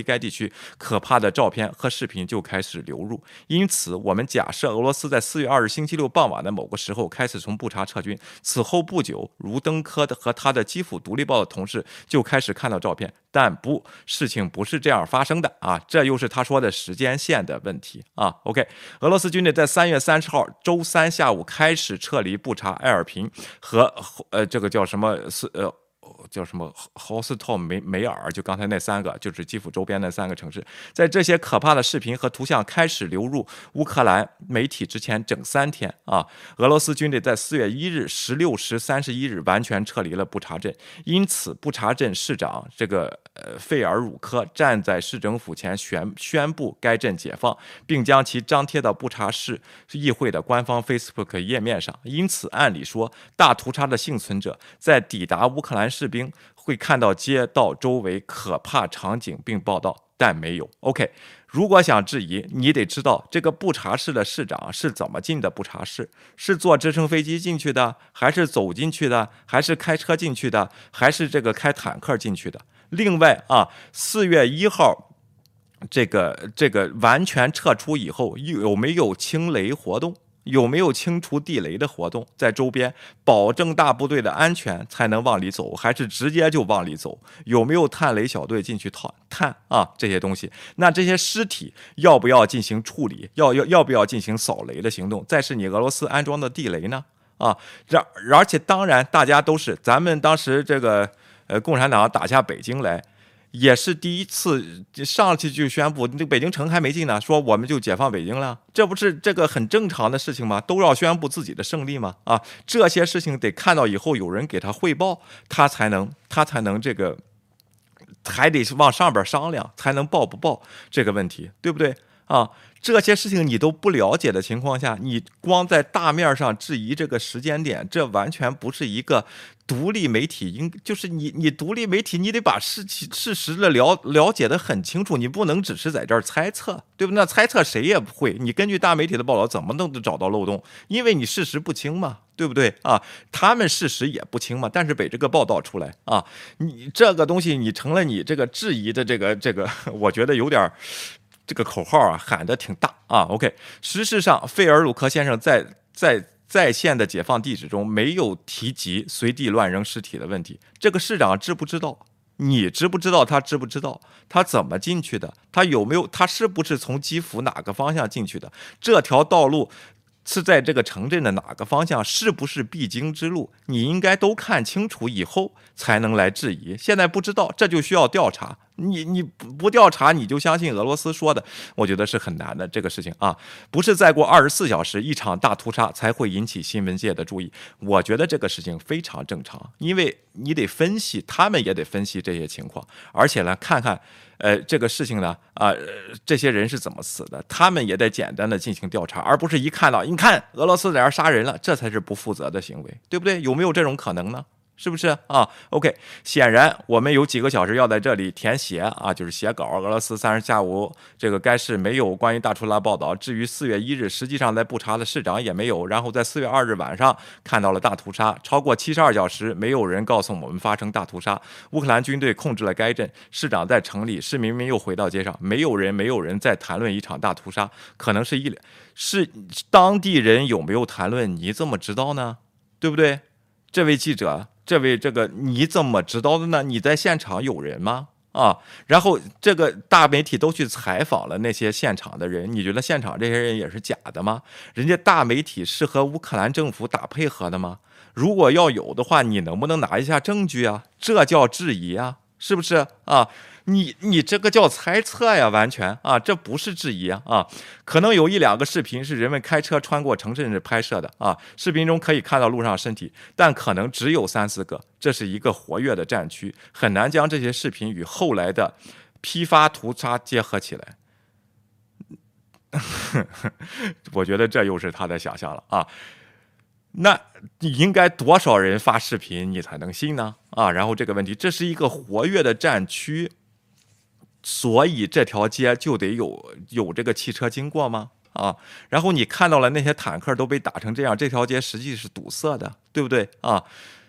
该地区，可怕的照片和视频就开始流入。因此，我们假设俄罗斯在四月二日星期六傍晚的某个时候开始从布查撤军，此后不久，卢登科的和他的基辅独立报的同事就开始看到照片。但不，事情不是这样发生的啊！这又是他说的时间线的问题啊。OK， 俄罗斯军队在三月三十号周三下午开始撤离布查、埃尔平和呃这个叫什么是呃。叫什么豪斯托梅梅尔，就刚才那三个，就是基辅周边那三个城市。在这些可怕的视频和图像开始流入乌克兰媒体之前整三天啊，俄罗斯军队在四月一日十六时三十一日完全撤离了布查镇。因此，布查镇市长这个呃费尔鲁科站在市政府前宣宣布该镇解放，并将其张贴到布查市议会的官方 Facebook 页面上。因此，按理说，大屠杀的幸存者在抵达乌克兰士兵会看到街道周围可怕场景并报道，但没有。OK， 如果想质疑，你得知道这个布查市的市长是怎么进的布查市，是坐直升飞机进去的，还是走进去的，还是开车进去的，还是这个开坦克进去的？另外啊，四月一号。这个这个完全撤出以后，有没有清雷活动？有没有清除地雷的活动在周边，保证大部队的安全才能往里走，还是直接就往里走？有没有探雷小队进去探探啊这些东西？那这些尸体要不要进行处理？要要要不要进行扫雷的行动？再是你俄罗斯安装的地雷呢？啊，这而且当然大家都是咱们当时这个呃共产党打下北京来。也是第一次上去就宣布，这北京城还没进呢，说我们就解放北京了，这不是这个很正常的事情吗？都要宣布自己的胜利吗？啊，这些事情得看到以后有人给他汇报，他才能他才能这个，还得往上边商量，才能报不报这个问题，对不对？啊，这些事情你都不了解的情况下，你光在大面上质疑这个时间点，这完全不是一个独立媒体应，就是你你独立媒体，你得把事情事实的了了解的很清楚，你不能只是在这儿猜测，对不对？那猜测谁也不会，你根据大媒体的报道怎么能找到漏洞？因为你事实不清嘛，对不对啊？他们事实也不清嘛，但是被这个报道出来啊，你这个东西你成了你这个质疑的这个这个，我觉得有点。这个口号啊喊得挺大啊 ，OK。事实上，费尔鲁克先生在在在线的解放地址中没有提及随地乱扔尸体的问题。这个市长知不知道？你知不知道？他知不知道？他怎么进去的？他有没有？他是不是从基辅哪个方向进去的？这条道路是在这个城镇的哪个方向？是不是必经之路？你应该都看清楚以后才能来质疑。现在不知道，这就需要调查。你你不调查，你就相信俄罗斯说的，我觉得是很难的这个事情啊。不是再过二十四小时，一场大屠杀才会引起新闻界的注意。我觉得这个事情非常正常，因为你得分析，他们也得分析这些情况，而且呢，看看呃这个事情呢啊、呃，这些人是怎么死的，他们也得简单的进行调查，而不是一看到，你看俄罗斯在这儿杀人了，这才是不负责的行为，对不对？有没有这种可能呢？是不是啊 ？OK， 显然我们有几个小时要在这里填写啊，就是写稿。俄罗斯三日下午，这个该市没有关于大屠杀报道。至于四月一日，实际上在布查的市长也没有。然后在四月二日晚上看到了大屠杀，超过七十二小时，没有人告诉我们发生大屠杀。乌克兰军队控制了该镇，市长在城里，市民们又回到街上，没有人，没有人在谈论一场大屠杀，可能是一是当地人有没有谈论？你怎么知道呢？对不对？这位记者。这位这个你怎么知道的呢？你在现场有人吗？啊，然后这个大媒体都去采访了那些现场的人，你觉得现场这些人也是假的吗？人家大媒体是和乌克兰政府打配合的吗？如果要有的话，你能不能拿一下证据啊？这叫质疑啊，是不是啊？你你这个叫猜测呀，完全啊，这不是质疑啊啊！可能有一两个视频是人们开车穿过城镇拍摄的啊，视频中可以看到路上身体，但可能只有三四个。这是一个活跃的战区，很难将这些视频与后来的批发屠杀结合起来。我觉得这又是他的想象了啊。那你应该多少人发视频你才能信呢？啊，然后这个问题，这是一个活跃的战区。所以这条街就得有有这个汽车经过吗？啊，然后你看到了那些坦克都被打成这样，这条街实际是堵塞的，对不对啊？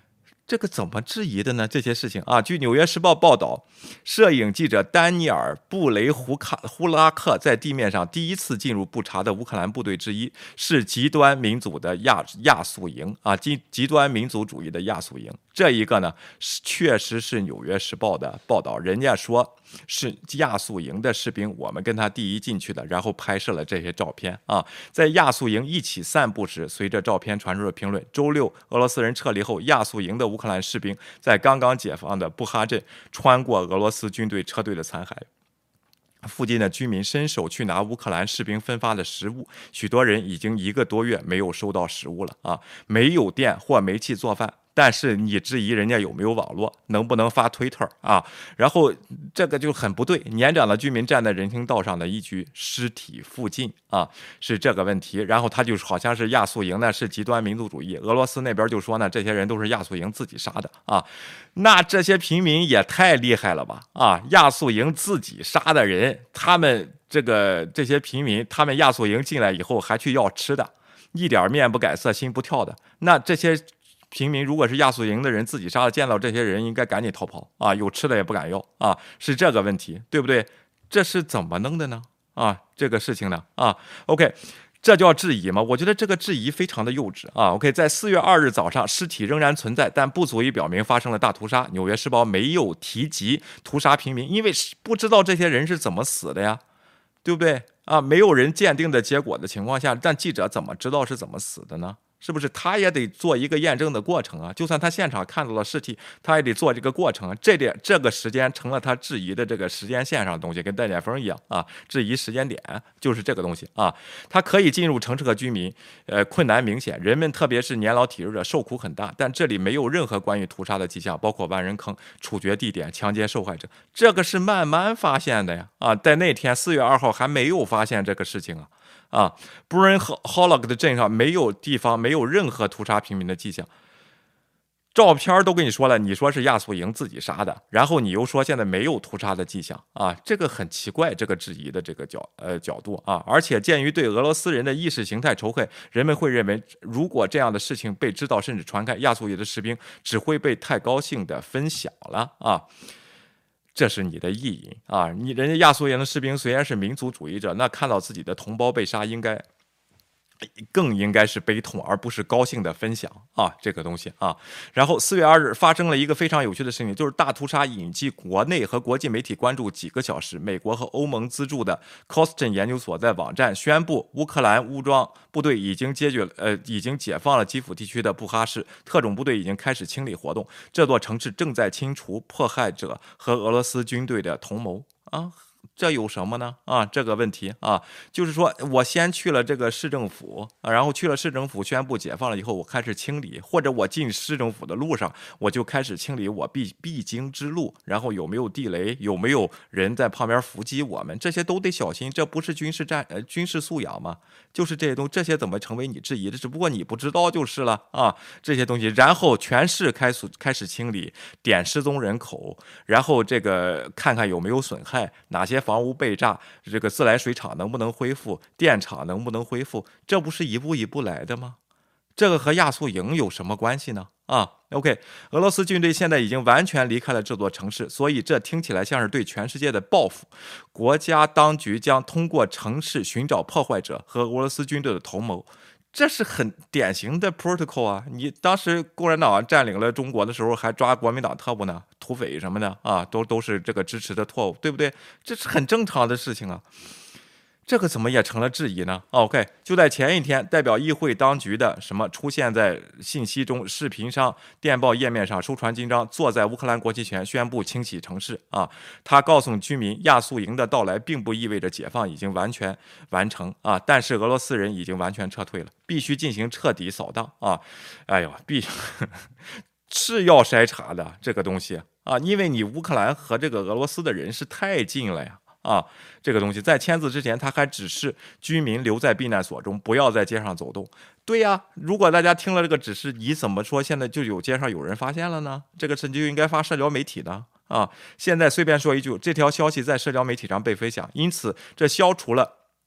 这个怎么质疑的呢？这些事情啊，据《纽约时报》报道，摄影记者丹尼尔·布雷胡卡呼拉克在地面上第一次进入布查的乌克兰部队之一，是极端民族的亚亚速营啊，极极端民族主义的亚速营。这一个呢，确实是《纽约时报》的报道，人家说是亚速营的士兵，我们跟他第一进去的，然后拍摄了这些照片啊。在亚速营一起散步时，随着照片传出的评论，周六俄罗斯人撤离后，亚速营的乌克兰士兵在刚刚解放的布哈镇穿过俄罗斯军队车队的残骸。附近的居民伸手去拿乌克兰士兵分发的食物，许多人已经一个多月没有收到食物了啊，没有电或煤气做饭。但是你质疑人家有没有网络，能不能发推特啊？然后这个就很不对。年长的居民站在人行道上的一具尸体附近啊，是这个问题。然后他就好像是亚速营呢是极端民族主义，俄罗斯那边就说呢这些人都是亚速营自己杀的啊。那这些平民也太厉害了吧啊！亚速营自己杀的人，他们这个这些平民，他们亚速营进来以后还去要吃的，一点面不改色心不跳的。那这些平民如果是亚速营的人自己杀了，见到这些人应该赶紧逃跑啊！有吃的也不敢要啊，是这个问题，对不对？这是怎么弄的呢？啊，这个事情呢？啊 ，OK， 这叫质疑吗？我觉得这个质疑非常的幼稚啊。OK， 在四月二日早上，尸体仍然存在，但不足以表明发生了大屠杀。纽约时报没有提及屠杀平民，因为不知道这些人是怎么死的呀，对不对？啊，没有人鉴定的结果的情况下，但记者怎么知道是怎么死的呢？是不是他也得做一个验证的过程啊？就算他现场看到了尸体，他也得做这个过程啊。这点这个时间成了他质疑的这个时间线上的东西，跟带点风一样啊。质疑时间点就是这个东西啊。他可以进入城市和居民，呃，困难明显，人们特别是年老体弱者受苦很大。但这里没有任何关于屠杀的迹象，包括万人坑、处决地点、强奸受害者，这个是慢慢发现的呀。啊，在那天四月二号还没有发现这个事情啊。啊 ，Bryn Hollock 的镇上没有地方，没有任何屠杀平民的迹象。照片都跟你说了，你说是亚速营自己杀的，然后你又说现在没有屠杀的迹象啊，这个很奇怪，这个质疑的这个角呃角度啊。而且鉴于对俄罗斯人的意识形态仇恨，人们会认为，如果这样的事情被知道甚至传开，亚速营的士兵只会被太高兴的分享了啊。这是你的意淫啊！你人家亚速营的士兵虽然是民族主义者，那看到自己的同胞被杀，应该更应该是悲痛，而不是高兴的分享啊，这个东西啊。然后四月二日发生了一个非常有趣的事情，就是大屠杀引起国内和国际媒体关注几个小时。美国和欧盟资助的 Coston 研究所在网站宣布，乌克兰武装部队已经解决呃已经解放了基辅地区的布哈市，特种部队已经开始清理活动，这座城市正在清除迫害者和俄罗斯军队的同谋啊。这有什么呢？啊，这个问题啊，就是说我先去了这个市政府，啊、然后去了市政府宣布解放了以后，我开始清理，或者我进市政府的路上，我就开始清理我必必经之路，然后有没有地雷，有没有人在旁边伏击我们，这些都得小心。这不是军事战呃军事素养吗？就是这些东西，这些怎么成为你质疑的？只不过你不知道就是了啊，这些东西，然后全市开始开始清理，点失踪人口，然后这个看看有没有损害，哪些房屋被炸，这个自来水厂能不能恢复，电厂能不能恢复，这不是一步一步来的吗？这个和亚速营有什么关系呢？啊 ，OK， 俄罗斯军队现在已经完全离开了这座城市，所以这听起来像是对全世界的报复。国家当局将通过城市寻找破坏者和俄罗斯军队的同谋。这是很典型的 protocol 啊！你当时共产党占领了中国的时候，还抓国民党特务呢、土匪什么的啊，都都是这个支持的错误，对不对？这是很正常的事情啊。这个怎么也成了质疑呢 ？OK， 就在前一天，代表议会当局的什么出现在信息中、视频上、电报页面上，收传金章，坐在乌克兰国旗前宣布清洗城市啊。他告诉居民，亚速营的到来并不意味着解放已经完全完成啊，但是俄罗斯人已经完全撤退了，必须进行彻底扫荡啊。哎呦，必是要筛查的这个东西啊，因为你乌克兰和这个俄罗斯的人是太近了呀。啊，这个东西在签字之前，他还指示居民留在避难所中，不要在街上走动。对呀，如果大家听了这个指示，你怎么说现在就有街上有人发现了呢？这个事就应该发社交媒体的啊。现在随便说一句，这条消息在社交媒体上被分享，因此这消除了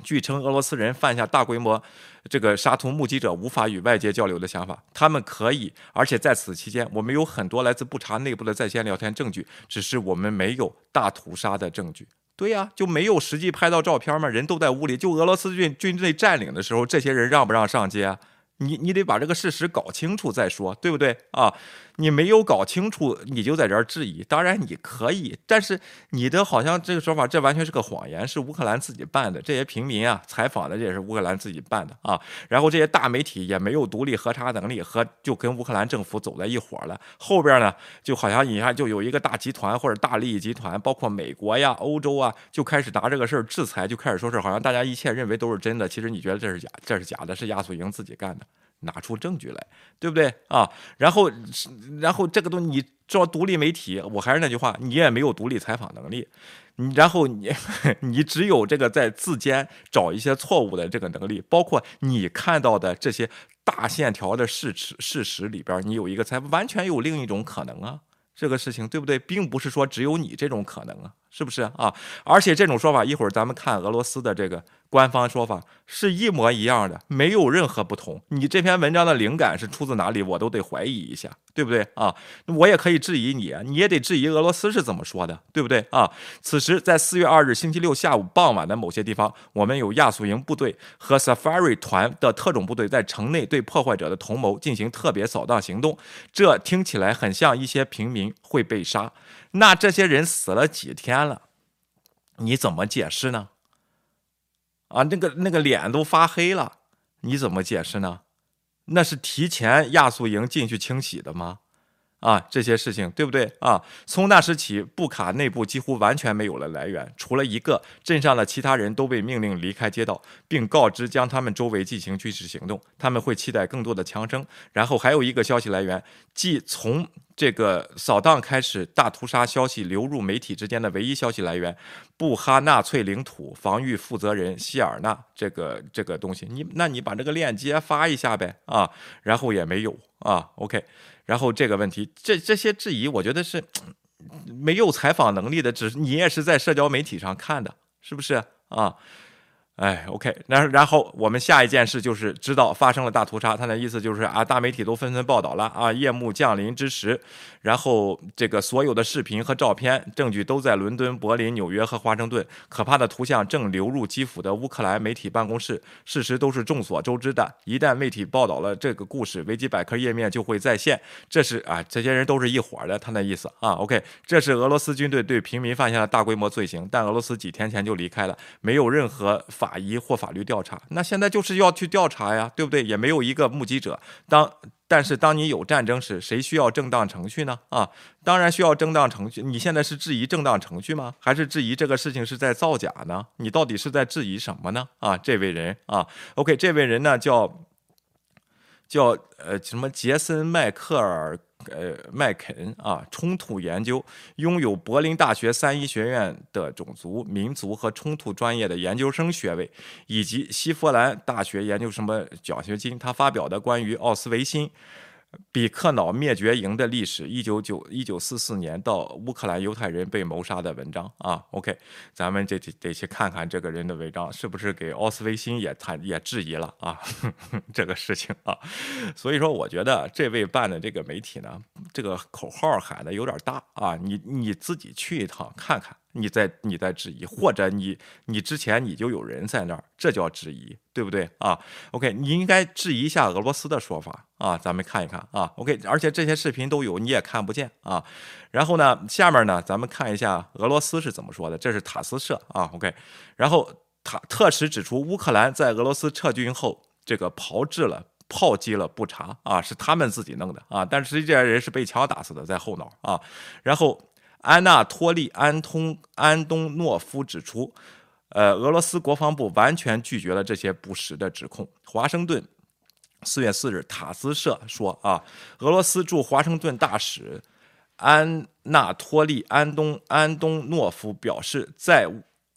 据称，俄罗斯人犯下大规模这个杀屠目击者无法与外界交流的想法，他们可以，而且在此期间，我们有很多来自布查内部的在线聊天证据，只是我们没有大屠杀的证据。对呀、啊，就没有实际拍到照片吗？人都在屋里，就俄罗斯军军队占领的时候，这些人让不让上街啊？你你得把这个事实搞清楚再说，对不对啊？你没有搞清楚，你就在这儿质疑。当然你可以，但是你的好像这个说法，这完全是个谎言，是乌克兰自己办的。这些平民啊，采访的这也是乌克兰自己办的啊。然后这些大媒体也没有独立核查能力，和就跟乌克兰政府走在一伙了。后边呢，就好像你看，就有一个大集团或者大利益集团，包括美国呀、欧洲啊，就开始拿这个事儿制裁，就开始说是好像大家一切认为都是真的，其实你觉得这是假，这是假的，是亚速营自己干的。拿出证据来，对不对啊？然后，然后这个东西你做独立媒体，我还是那句话，你也没有独立采访能力，然后你你只有这个在自间找一些错误的这个能力，包括你看到的这些大线条的事实事实里边，你有一个才完全有另一种可能啊。这个事情对不对，并不是说只有你这种可能啊，是不是啊？而且这种说法，一会儿咱们看俄罗斯的这个官方说法是一模一样的，没有任何不同。你这篇文章的灵感是出自哪里，我都得怀疑一下，对不对啊？我也可以质疑你，你也得质疑俄罗斯是怎么说的，对不对啊？此时在四月二日星期六下午傍晚的某些地方，我们有亚速营部队和 Safari 团的特种部队在城内对破坏者的同谋进行特别扫荡行动，这听起来很像一些平民会被杀。那这些人死了几天了，你怎么解释呢？啊，那个那个脸都发黑了，你怎么解释呢？那是提前亚速营进去清洗的吗？啊，这些事情对不对啊？从那时起，布卡内部几乎完全没有了来源，除了一个，镇上的其他人都被命令离开街道，并告知将他们周围进行军事行动，他们会期待更多的枪声。然后还有一个消息来源，即从这个扫荡开始，大屠杀消息流入媒体之间的唯一消息来源，布哈纳粹领土防御负责人希尔纳这个这个东西，你那你把这个链接发一下呗啊，然后也没有啊 ，OK。然后这个问题，这这些质疑，我觉得是没有采访能力的，只是你也是在社交媒体上看的，是不是啊？哎 ，OK， 然然后我们下一件事就是知道发生了大屠杀，他的意思就是啊，大媒体都纷纷报道了啊，夜幕降临之时，然后这个所有的视频和照片证据都在伦敦、柏林、纽约和华盛顿，可怕的图像正流入基辅的乌克兰媒体办公室，事实都是众所周知的。一旦媒体报道了这个故事，维基百科页面就会再现。这是啊，这些人都是一伙的，他的意思啊 ，OK， 这是俄罗斯军队对平民犯下的大规模罪行，但俄罗斯几天前就离开了，没有任何法医或法律调查，那现在就是要去调查呀，对不对？也没有一个目击者。当但是当你有战争时，谁需要正当程序呢？啊，当然需要正当程序。你现在是质疑正当程序吗？还是质疑这个事情是在造假呢？你到底是在质疑什么呢？啊，这位人啊 ，OK， 这位人呢叫叫呃什么杰森麦克尔。呃，麦肯啊，冲突研究拥有柏林大学三一学院的种族、民族和冲突专业的研究生学位，以及西弗兰大学研究什么奖学金。他发表的关于奥斯维辛比克瑙灭绝营的历史，一九九一九四四年到乌克兰犹太人被谋杀的文章啊。OK， 咱们这得去看看这个人的文章是不是给奥斯维辛也谈也质疑了啊呵呵这个事情啊。所以说，我觉得这位办的这个媒体呢，这个口号喊的有点大啊。你你自己去一趟看看。你在你在质疑，或者你你之前你就有人在那儿，这叫质疑，对不对啊 ？OK， 你应该质疑一下俄罗斯的说法啊，咱们看一看啊。OK， 而且这些视频都有，你也看不见啊。然后呢，下面呢，咱们看一下俄罗斯是怎么说的，这是塔斯社啊。OK， 然后塔特使指出，乌克兰在俄罗斯撤军后，这个炮制了。炮击了布查啊，是他们自己弄的啊，但是实际上人是被枪打死的，在后脑啊。然后安纳托利·安通安东诺夫指出，呃，俄罗斯国防部完全拒绝了这些不实的指控。华盛顿四月四日，塔斯社说啊，俄罗斯驻华盛顿大使安纳托利·安东安东诺夫表示，在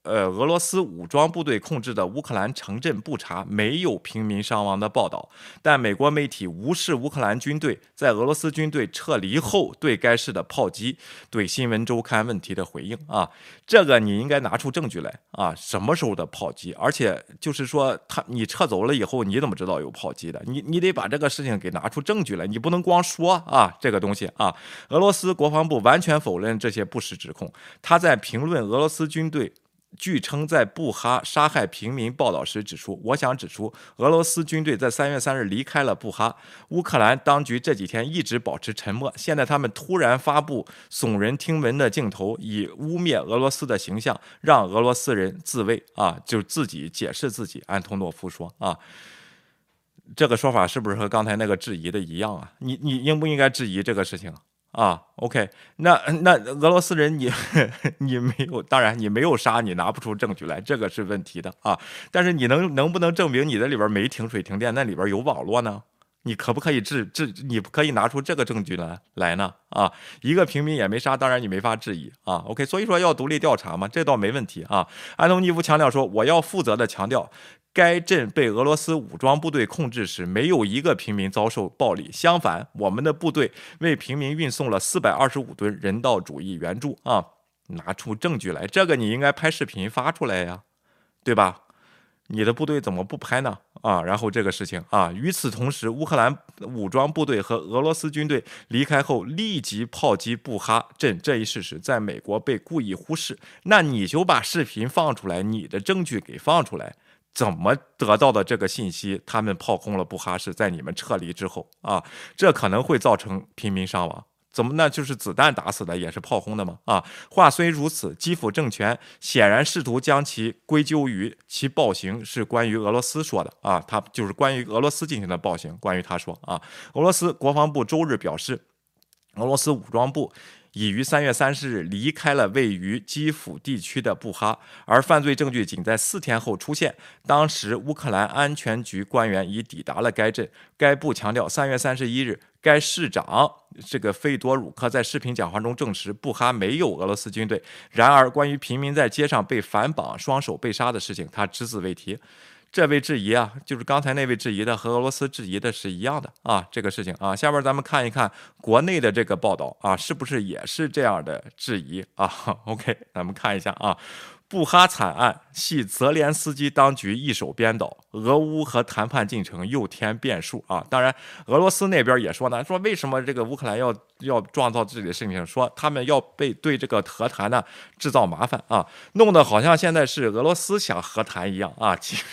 呃俄罗斯武装部队控制的乌克兰城镇布查没有平民伤亡的报道，但美国媒体无视乌克兰军队在俄罗斯军队撤离后对该市的炮击，对新闻周刊问题的回应啊，这个你应该拿出证据来啊，什么时候的炮击？而且就是说他你撤走了以后，你怎么知道有炮击的？你你得把这个事情给拿出证据来，你不能光说啊这个东西啊。俄罗斯国防部完全否认这些不实指控，他在评论俄罗斯军队据称在布哈杀害平民报道时指出，我想指出，俄罗斯军队在三月三日离开了布哈，乌克兰当局这几天一直保持沉默，现在他们突然发布耸人听闻的镜头，以污蔑俄罗斯的形象，让俄罗斯人自卫啊，就自己解释自己。安托诺夫说啊。这个说法是不是和刚才那个质疑的一样啊？你你应不应该质疑这个事情啊 ？OK， 那那俄罗斯人你你没有，当然你没有杀，你拿不出证据来，这个是问题的啊。但是你能能不能证明你的里边没停水停电，那里边有网络呢？你可不可以质质？你可以拿出这个证据来来呢？啊，一个平民也没杀，当然你没法质疑啊。OK， 所以说要独立调查嘛，这倒没问题啊。安东尼夫强调说，我要负责的强调，该镇被俄罗斯武装部队控制时，没有一个平民遭受暴力，相反，我们的部队为平民运送了四百二十五吨人道主义援助啊。拿出证据来，这个你应该拍视频发出来呀，对吧？你的部队怎么不拍呢？啊，然后这个事情啊，与此同时，乌克兰武装部队和俄罗斯军队离开后立即炮击布哈镇这一事实，在美国被故意忽视。那你就把视频放出来，你的证据给放出来，怎么得到的这个信息？他们炮轰了布哈市，在你们撤离之后啊，这可能会造成平民伤亡。怎么呢？就是子弹打死的，也是炮轰的吗？啊，话虽如此，基辅政权显然试图将其归咎于其暴行是关于俄罗斯说的啊，他就是关于俄罗斯进行的暴行。关于他说啊，俄罗斯国防部周日表示，俄罗斯武装部已于三月三十日离开了位于基辅地区的布哈，而犯罪证据仅在四天后出现。当时乌克兰安全局官员已抵达了该镇。该部强调，三月三十一日，该市长这个费多鲁克在视频讲话中证实，布哈没有俄罗斯军队。然而，关于平民在街上被反绑、双手被杀的事情，他只字未提。这位质疑啊，就是刚才那位质疑的和俄罗斯质疑的是一样的啊，这个事情啊，下边咱们看一看国内的这个报道啊，是不是也是这样的质疑啊 ？OK， 咱们看一下啊。布哈惨案系泽连斯基当局一手编导，俄乌和谈判进程又添变数啊！当然，俄罗斯那边也说呢，说为什么这个乌克兰要要创造自己的事情，说他们要被对这个和谈呢制造麻烦啊，弄得好像现在是俄罗斯想和谈一样啊！其实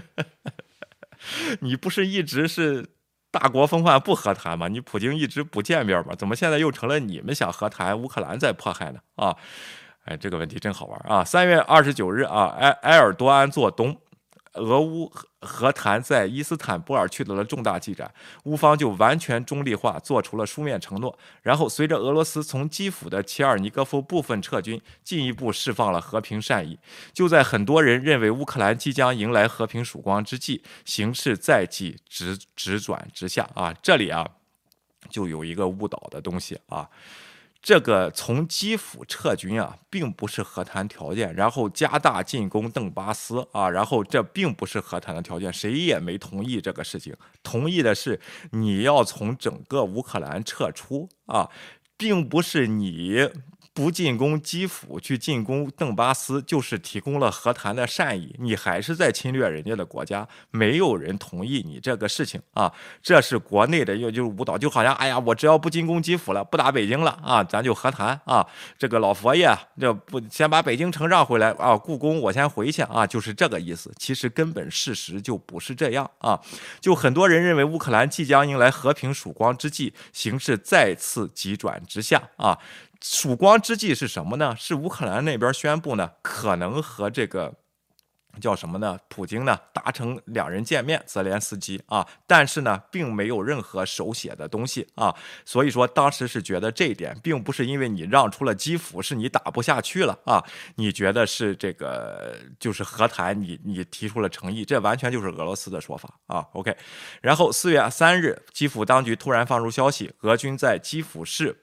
你不是一直是大国风范不和谈吗？你普京一直不见面吗？怎么现在又成了你们想和谈，乌克兰在迫害呢？啊！哎，这个问题真好玩啊！三月二十九日啊，埃埃尔多安做东，俄乌和谈在伊斯坦布尔取得了重大进展，乌方就完全中立化做出了书面承诺。然后，随着俄罗斯从基辅的切尔尼戈夫部分撤军，进一步释放了和平善意。就在很多人认为乌克兰即将迎来和平曙光之际，形势再即直直转直下啊！这里啊，就有一个误导的东西啊。这个从基辅撤军啊，并不是和谈条件，然后加大进攻邓巴斯啊，然后这并不是和谈的条件，谁也没同意这个事情，同意的是你要从整个乌克兰撤出啊，并不是你不进攻基辅去进攻邓巴斯，就是提供了和谈的善意，你还是在侵略人家的国家，没有人同意你这个事情啊，这是国内的就是误导，就好像哎呀，我只要不进攻基辅了，不打北京了啊，咱就和谈啊，这个老佛爷这不先把北京城让回来啊，故宫我先回去啊，就是这个意思。其实根本事实就不是这样啊，就很多人认为乌克兰即将迎来和平曙光之际，形势再次急转直下啊。曙光之际是什么呢？是乌克兰那边宣布呢，可能和这个叫什么呢？普京呢达成两人见面，泽连斯基啊，但是呢，并没有任何手写的东西啊，所以说当时是觉得这一点，并不是因为你让出了基辅，是你打不下去了啊，你觉得是这个就是和谈，你你提出了诚意，这完全就是俄罗斯的说法啊。OK， 然后四月三日，基辅当局突然放出消息，俄军在基辅市部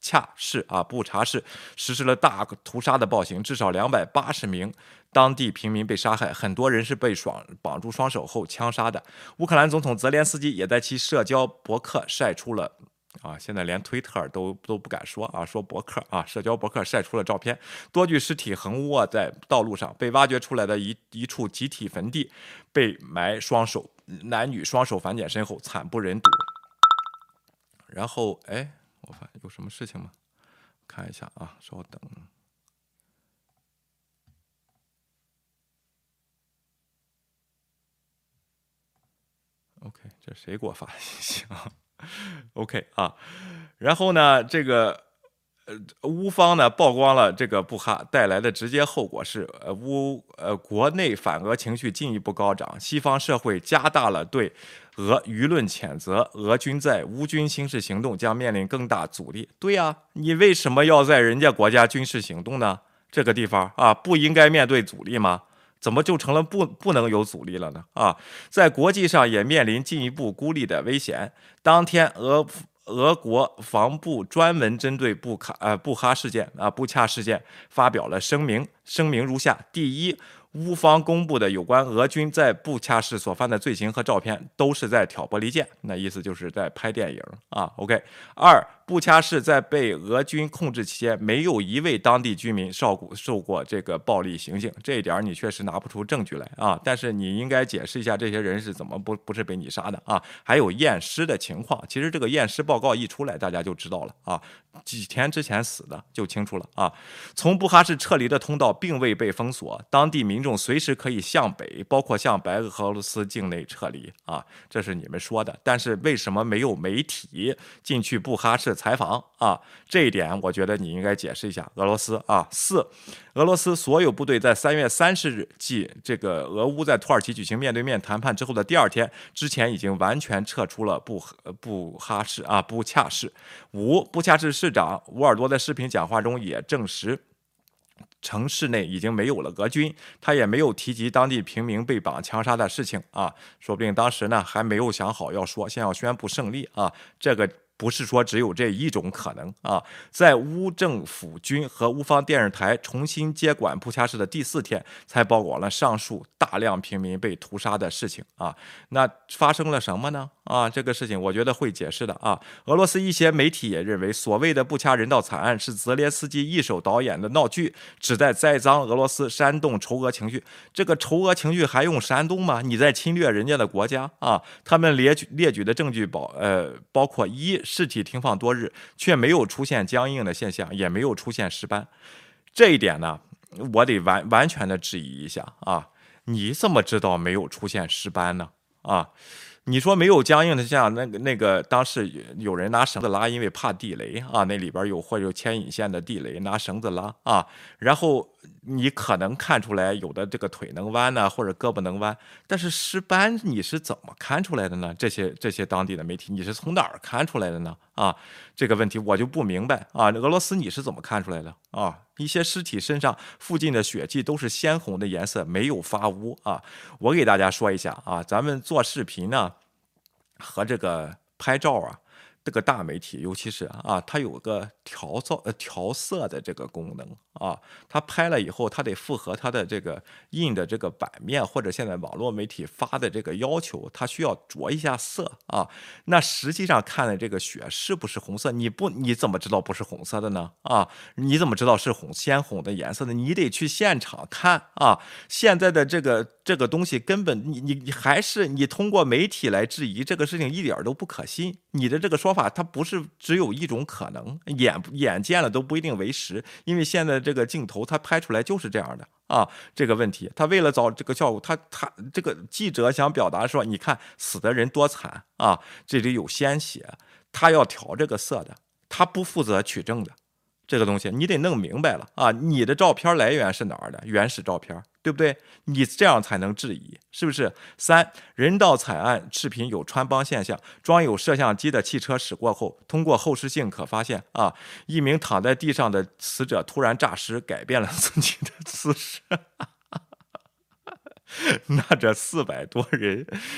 恰市啊布查市实施了大屠杀的暴行，至少两百八十名当地平民被杀害，很多人是被双绑住双手后枪杀的。乌克兰总统泽连斯基也在其社交博客晒出了。啊，现在连推特都都不敢说啊，说博客啊，社交博客晒出了照片，多具尸体横卧在道路上，被挖掘出来的一一处集体坟地，被埋双手，男女双手反剪身后，惨不忍睹。然后，哎，我发现有什么事情吗？看一下啊，稍等。OK， 这谁给我发的信息啊？OK 啊，然后呢，这个呃乌方呢曝光了这个布哈带来的直接后果是，呃乌呃国内反俄情绪进一步高涨，西方社会加大了对俄舆论谴责，俄军在乌军军事行动将面临更大阻力。对呀、啊，你为什么要在人家国家军事行动呢？这个地方啊，不应该面对阻力吗？怎么就成了不不能有阻力了呢？啊，在国际上也面临进一步孤立的危险。当天，俄俄国防部专门针对布卡呃布哈事件啊布恰事件发表了声明，声明如下：第一，乌方公布的有关俄军在布恰市所犯的罪行和照片都是在挑拨离间，那意思就是在拍电影啊。OK， 二。布恰市在被俄军控制期间，没有一位当地居民受过受过这个暴力行径，这一点你确实拿不出证据来啊。但是你应该解释一下这些人是怎么不不是被你杀的啊？还有验尸的情况，其实这个验尸报告一出来，大家就知道了啊。几天之前死的就清楚了啊。从布哈市撤离的通道并未被封锁，当地民众随时可以向北，包括向白俄罗斯境内撤离啊。这是你们说的，但是为什么没有媒体进去布哈市采访啊？这一点我觉得你应该解释一下。俄罗斯啊，四，俄罗斯所有部队在三月三十日，即这个俄乌在土耳其举行面对面谈判之后的第二天，之前已经完全撤出了布布哈市啊布恰市。五，布恰市市长乌尔多在视频讲话中也证实，城市内已经没有了俄军，他也没有提及当地平民被绑枪杀的事情啊，说不定当时呢还没有想好要说，先要宣布胜利啊，这个。不是说只有这一种可能啊！在乌政府军和乌方电视台重新接管布恰市的第四天，才曝光了上述大量平民被屠杀的事情啊！那发生了什么呢？啊，这个事情我觉得会解释的啊！俄罗斯一些媒体也认为，所谓的布恰人道惨案是泽连斯基一手导演的闹剧，旨在栽赃俄罗斯，煽动仇俄情绪。这个仇俄情绪还用煽动吗？你在侵略人家的国家啊！他们列举列举的证据包呃包括一。尸体停放多日，却没有出现僵硬的现象，也没有出现尸斑。这一点呢，我得完完全的质疑一下啊！你怎么知道没有出现尸斑呢？啊，你说没有僵硬的现象，那个那个当时有人拿绳子拉，因为怕地雷啊，那里边有或者有牵引线的地雷，拿绳子拉啊，然后你可能看出来有的这个腿能弯呢，或者胳膊能弯，但是尸斑你是怎么看出来的呢？这些这些当地的媒体，你是从哪儿看出来的呢？啊，这个问题我就不明白啊。俄罗斯你是怎么看出来的啊？一些尸体身上附近的血迹都是鲜红的颜色，没有发乌啊。我给大家说一下啊，咱们做视频呢和这个拍照啊。这个大媒体，尤其是啊，它有个调造呃调色的这个功能啊，它拍了以后，它得符合它的这个印的这个版面或者现在网络媒体发的这个要求，它需要着一下色啊。那实际上看的这个血是不是红色？你不你怎么知道不是红色的呢？啊，你怎么知道是红鲜红的颜色呢？你得去现场看啊。现在的这个这个东西根本你你你还是你通过媒体来质疑这个事情一点都不可信。你的这个说法它不是只有一种可能，眼眼见了都不一定为实，因为现在这个镜头它拍出来就是这样的啊。这个问题，他为了找这个效果，他他这个记者想表达说，你看死的人多惨啊，这里有鲜血，他要调这个色的，他不负责取证的。这个东西你得弄明白了啊！你的照片来源是哪儿的？原始照片，对不对？你这样才能质疑，是不是？三，人道惨案视频有穿帮现象，装有摄像机的汽车驶过后，通过后视镜可发现啊，一名躺在地上的死者突然诈尸，改变了自己的姿势。那这四百多人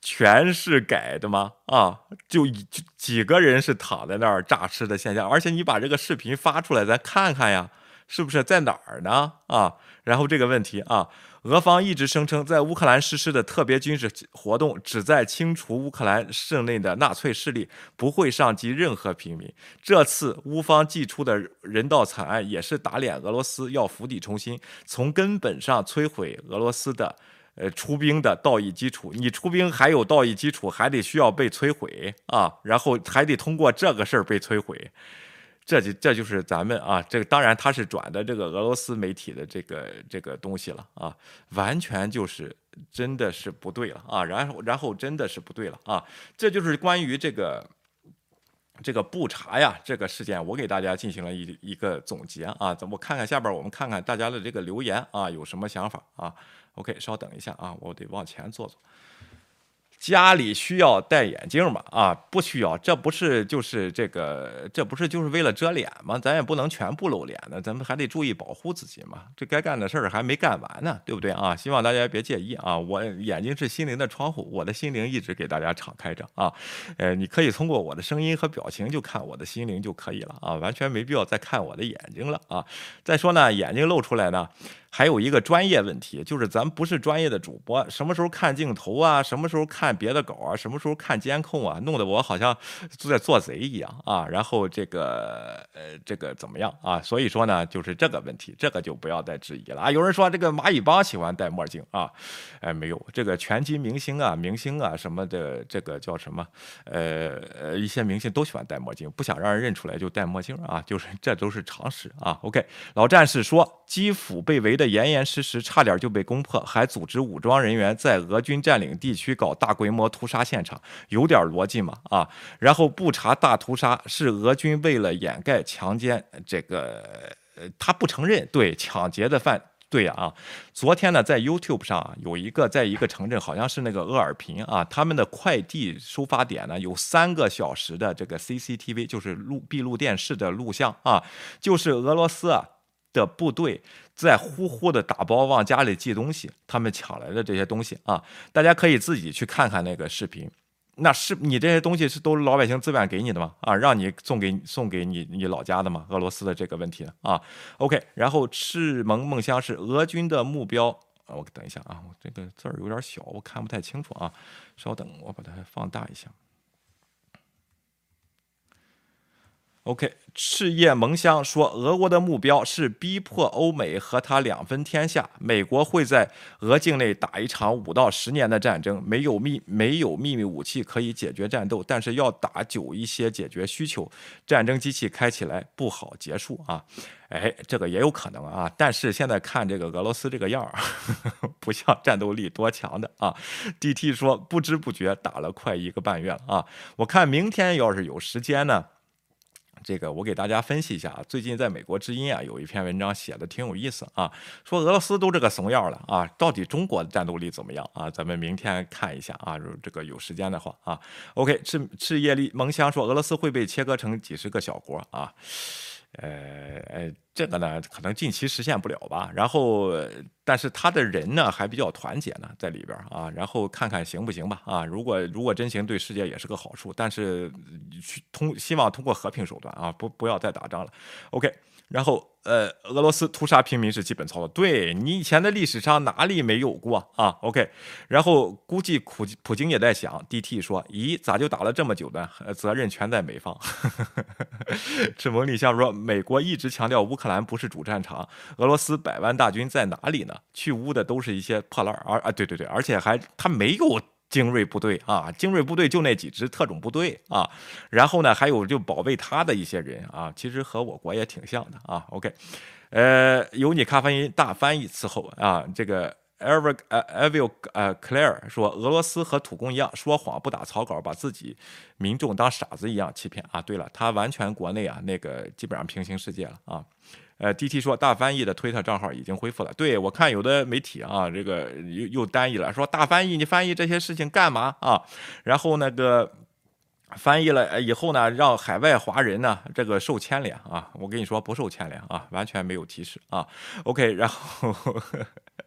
全是改的吗？啊，就就几个人是躺在那儿诈尸的现象，而且你把这个视频发出来，咱看看呀，是不是在哪儿呢？啊，然后这个问题啊，俄方一直声称在乌克兰实施的特别军事活动旨在清除乌克兰境内的纳粹势力，不会伤及任何平民。这次乌方祭出的人道惨案也是打脸俄罗斯，要釜底抽薪，从根本上摧毁俄罗斯的呃，出兵的道义基础，你出兵还有道义基础，还得需要被摧毁啊，然后还得通过这个事儿被摧毁，这就这就是咱们啊，这个当然他是转的这个俄罗斯媒体的这个这个东西了啊，完全就是真的是不对了啊，然后然后真的是不对了啊，这就是关于这个。这个布查呀，这个事件，我给大家进行了一一个总结啊，咱我看看下边，我们看看大家的这个留言啊，有什么想法啊 ？OK， 稍等一下啊，我得往前坐坐。家里需要戴眼镜吗？啊，不需要，这不是就是这个，这不是就是为了遮脸吗？咱也不能全部露脸的，咱们还得注意保护自己嘛。这该干的事儿还没干完呢，对不对啊？希望大家别介意啊。我眼睛是心灵的窗户，我的心灵一直给大家敞开着啊。呃，你可以通过我的声音和表情就看我的心灵就可以了啊，完全没必要再看我的眼睛了啊。再说呢，眼睛露出来呢。还有一个专业问题，就是咱不是专业的主播，什么时候看镜头啊，什么时候看别的稿啊，什么时候看监控啊，弄得我好像就在做贼一样啊。然后这个呃，这个怎么样啊？所以说呢，就是这个问题，这个就不要再质疑了啊。有人说这个蚂蚁帮喜欢戴墨镜啊，哎，没有，这个拳击明星啊、明星啊什么的，这个叫什么？呃呃，一些明星都喜欢戴墨镜，不想让人认出来就戴墨镜啊，就是这都是常识啊。OK， 老战士说，基辅被围的严严实实，差点就被攻破，还组织武装人员在俄军占领地区搞大规模屠杀现场，有点逻辑吗？啊，然后布查大屠杀是俄军为了掩盖强奸这个，呃，他不承认对抢劫的犯。对呀啊，昨天呢，在 YouTube 上啊，有一个在一个城镇，好像是那个鄂尔频啊，他们的快递收发点呢有三个小时的这个 C C T V， 就是录闭路电视的录像啊，就是俄罗斯啊的部队在呼呼的打包往家里寄东西，他们抢来的这些东西啊，大家可以自己去看看那个视频。那是你这些东西是都老百姓自愿给你的吗？啊，让你送给送给你你老家的吗？俄罗斯的这个问题啊 ，OK。然后赤蒙梦乡是俄军的目标啊，我等一下啊，我这个字儿有点小，我看不太清楚啊，稍等，我把它放大一下。OK， 赤叶蒙香说，俄国的目标是逼迫欧美和他两分天下。美国会在俄境内打一场五到十年的战争，没有秘没有秘密武器可以解决战斗，但是要打久一些解决需求。战争机器开起来不好结束啊！哎，这个也有可能啊，但是现在看这个俄罗斯这个样儿，不像战斗力多强的啊。D T 说，不知不觉打了快一个半月了啊！我看明天要是有时间呢。这个我给大家分析一下啊，最近在美国之音啊有一篇文章写的挺有意思啊，说俄罗斯都这个怂样了啊，到底中国的战斗力怎么样啊？咱们明天看一下啊，这个有时间的话啊。OK， 赤赤叶丽蒙香说，俄罗斯会被切割成几十个小国啊。呃呃，这个呢可能近期实现不了吧。然后，但是他的人呢还比较团结呢，在里边啊。然后看看行不行吧啊。如果如果真行，对世界也是个好处。但是通希望通过和平手段啊，不不要再打仗了。OK。然后，呃，俄罗斯屠杀平民是基本操作，对你以前的历史上哪里没有过啊 ？OK， 然后估计普普京也在想 ，D T 说，咦，咋就打了这么久呢？责任全在美方。赤蒙李相说，美国一直强调乌克兰不是主战场，俄罗斯百万大军在哪里呢？去乌的都是一些破烂儿啊，对对对，而且还他没有。精锐部队啊，精锐部队就那几支特种部队啊，然后呢，还有就保卫他的一些人啊，其实和我国也挺像的啊。OK， 呃，有你咖啡因大翻译伺候啊，这个 Ever 呃 Evil 呃 Claire 说，俄罗斯和土工一样，说谎不打草稿，把自己民众当傻子一样欺骗啊。对了，他完全国内啊那个基本上平行世界了啊。呃 ，D T 说大翻译的推特账号已经恢复了。对，我看有的媒体啊，这个又又单译了，说大翻译你翻译这些事情干嘛啊？然后那个翻译了以后呢，让海外华人呢这个受牵连啊。我跟你说不受牵连啊，完全没有提示啊。OK， 然后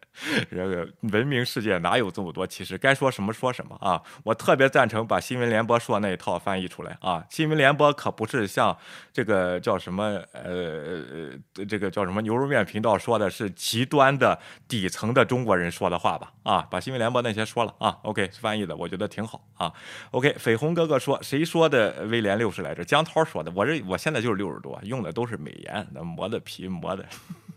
这个文明世界哪有这么多歧视？该说什么说什么啊！我特别赞成把新闻联播说那一套翻译出来啊！新闻联播可不是像这个叫什么呃这个叫什么牛肉面频道说的是极端的底层的中国人说的话吧？啊，把新闻联播那些说了啊 ，OK 翻译的我觉得挺好啊。OK， 绯红哥哥说谁说的威廉六十来着？江涛说的，我这我现在就是六十多，用的都是美颜，那磨的皮磨的。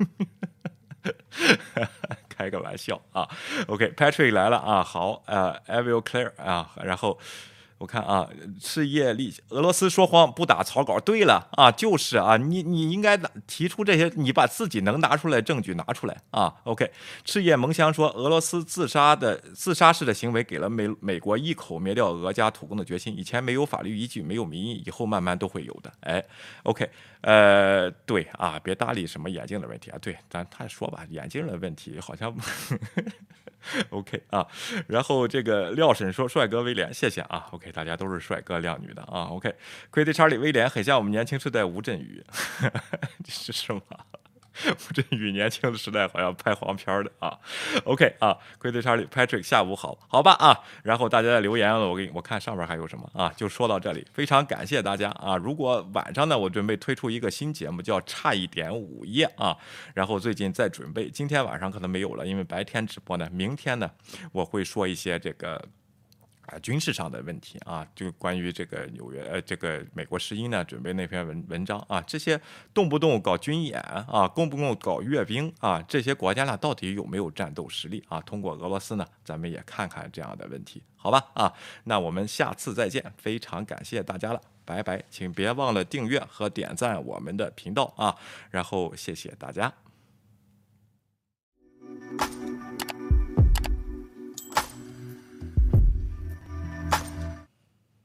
开个玩笑啊 ，OK，Patrick、okay, 来了啊，好，呃 ，Evil Claire 啊，然后我看啊，事业力，俄罗斯说谎不打草稿，对了啊，就是啊，你你应该提出这些，你把自己能拿出来证据拿出来啊 ，OK， 赤叶蒙香说，俄罗斯自杀的自杀式的行为给了美美国一口灭掉俄加土共的决心，以前没有法律依据，没有民意，以后慢慢都会有的，哎 ，OK。呃，对啊，别搭理什么眼镜的问题啊，对，咱他说吧，眼镜的问题好像，OK 啊，然后这个廖婶说帅哥威廉，谢谢啊 ，OK， 大家都是帅哥靓女的啊 ，OK，Crazy Charlie 威廉很像我们年轻时代吴镇宇，这是什么？吴镇宇年轻的时代好像拍黄片的啊 ，OK 啊，龟队查理 Patrick 下午好，好吧啊，然后大家的留言了，我给我看上面还有什么啊，就说到这里，非常感谢大家啊。如果晚上呢，我准备推出一个新节目叫差一点午夜啊，然后最近在准备，今天晚上可能没有了，因为白天直播呢，明天呢我会说一些这个。啊，军事上的问题啊，就关于这个纽约呃，这个美国时音呢，准备那篇文文章啊，这些动不动搞军演啊，动不动搞阅兵啊，这些国家呢，到底有没有战斗实力啊？通过俄罗斯呢，咱们也看看这样的问题，好吧啊？那我们下次再见，非常感谢大家了，拜拜，请别忘了订阅和点赞我们的频道啊，然后谢谢大家。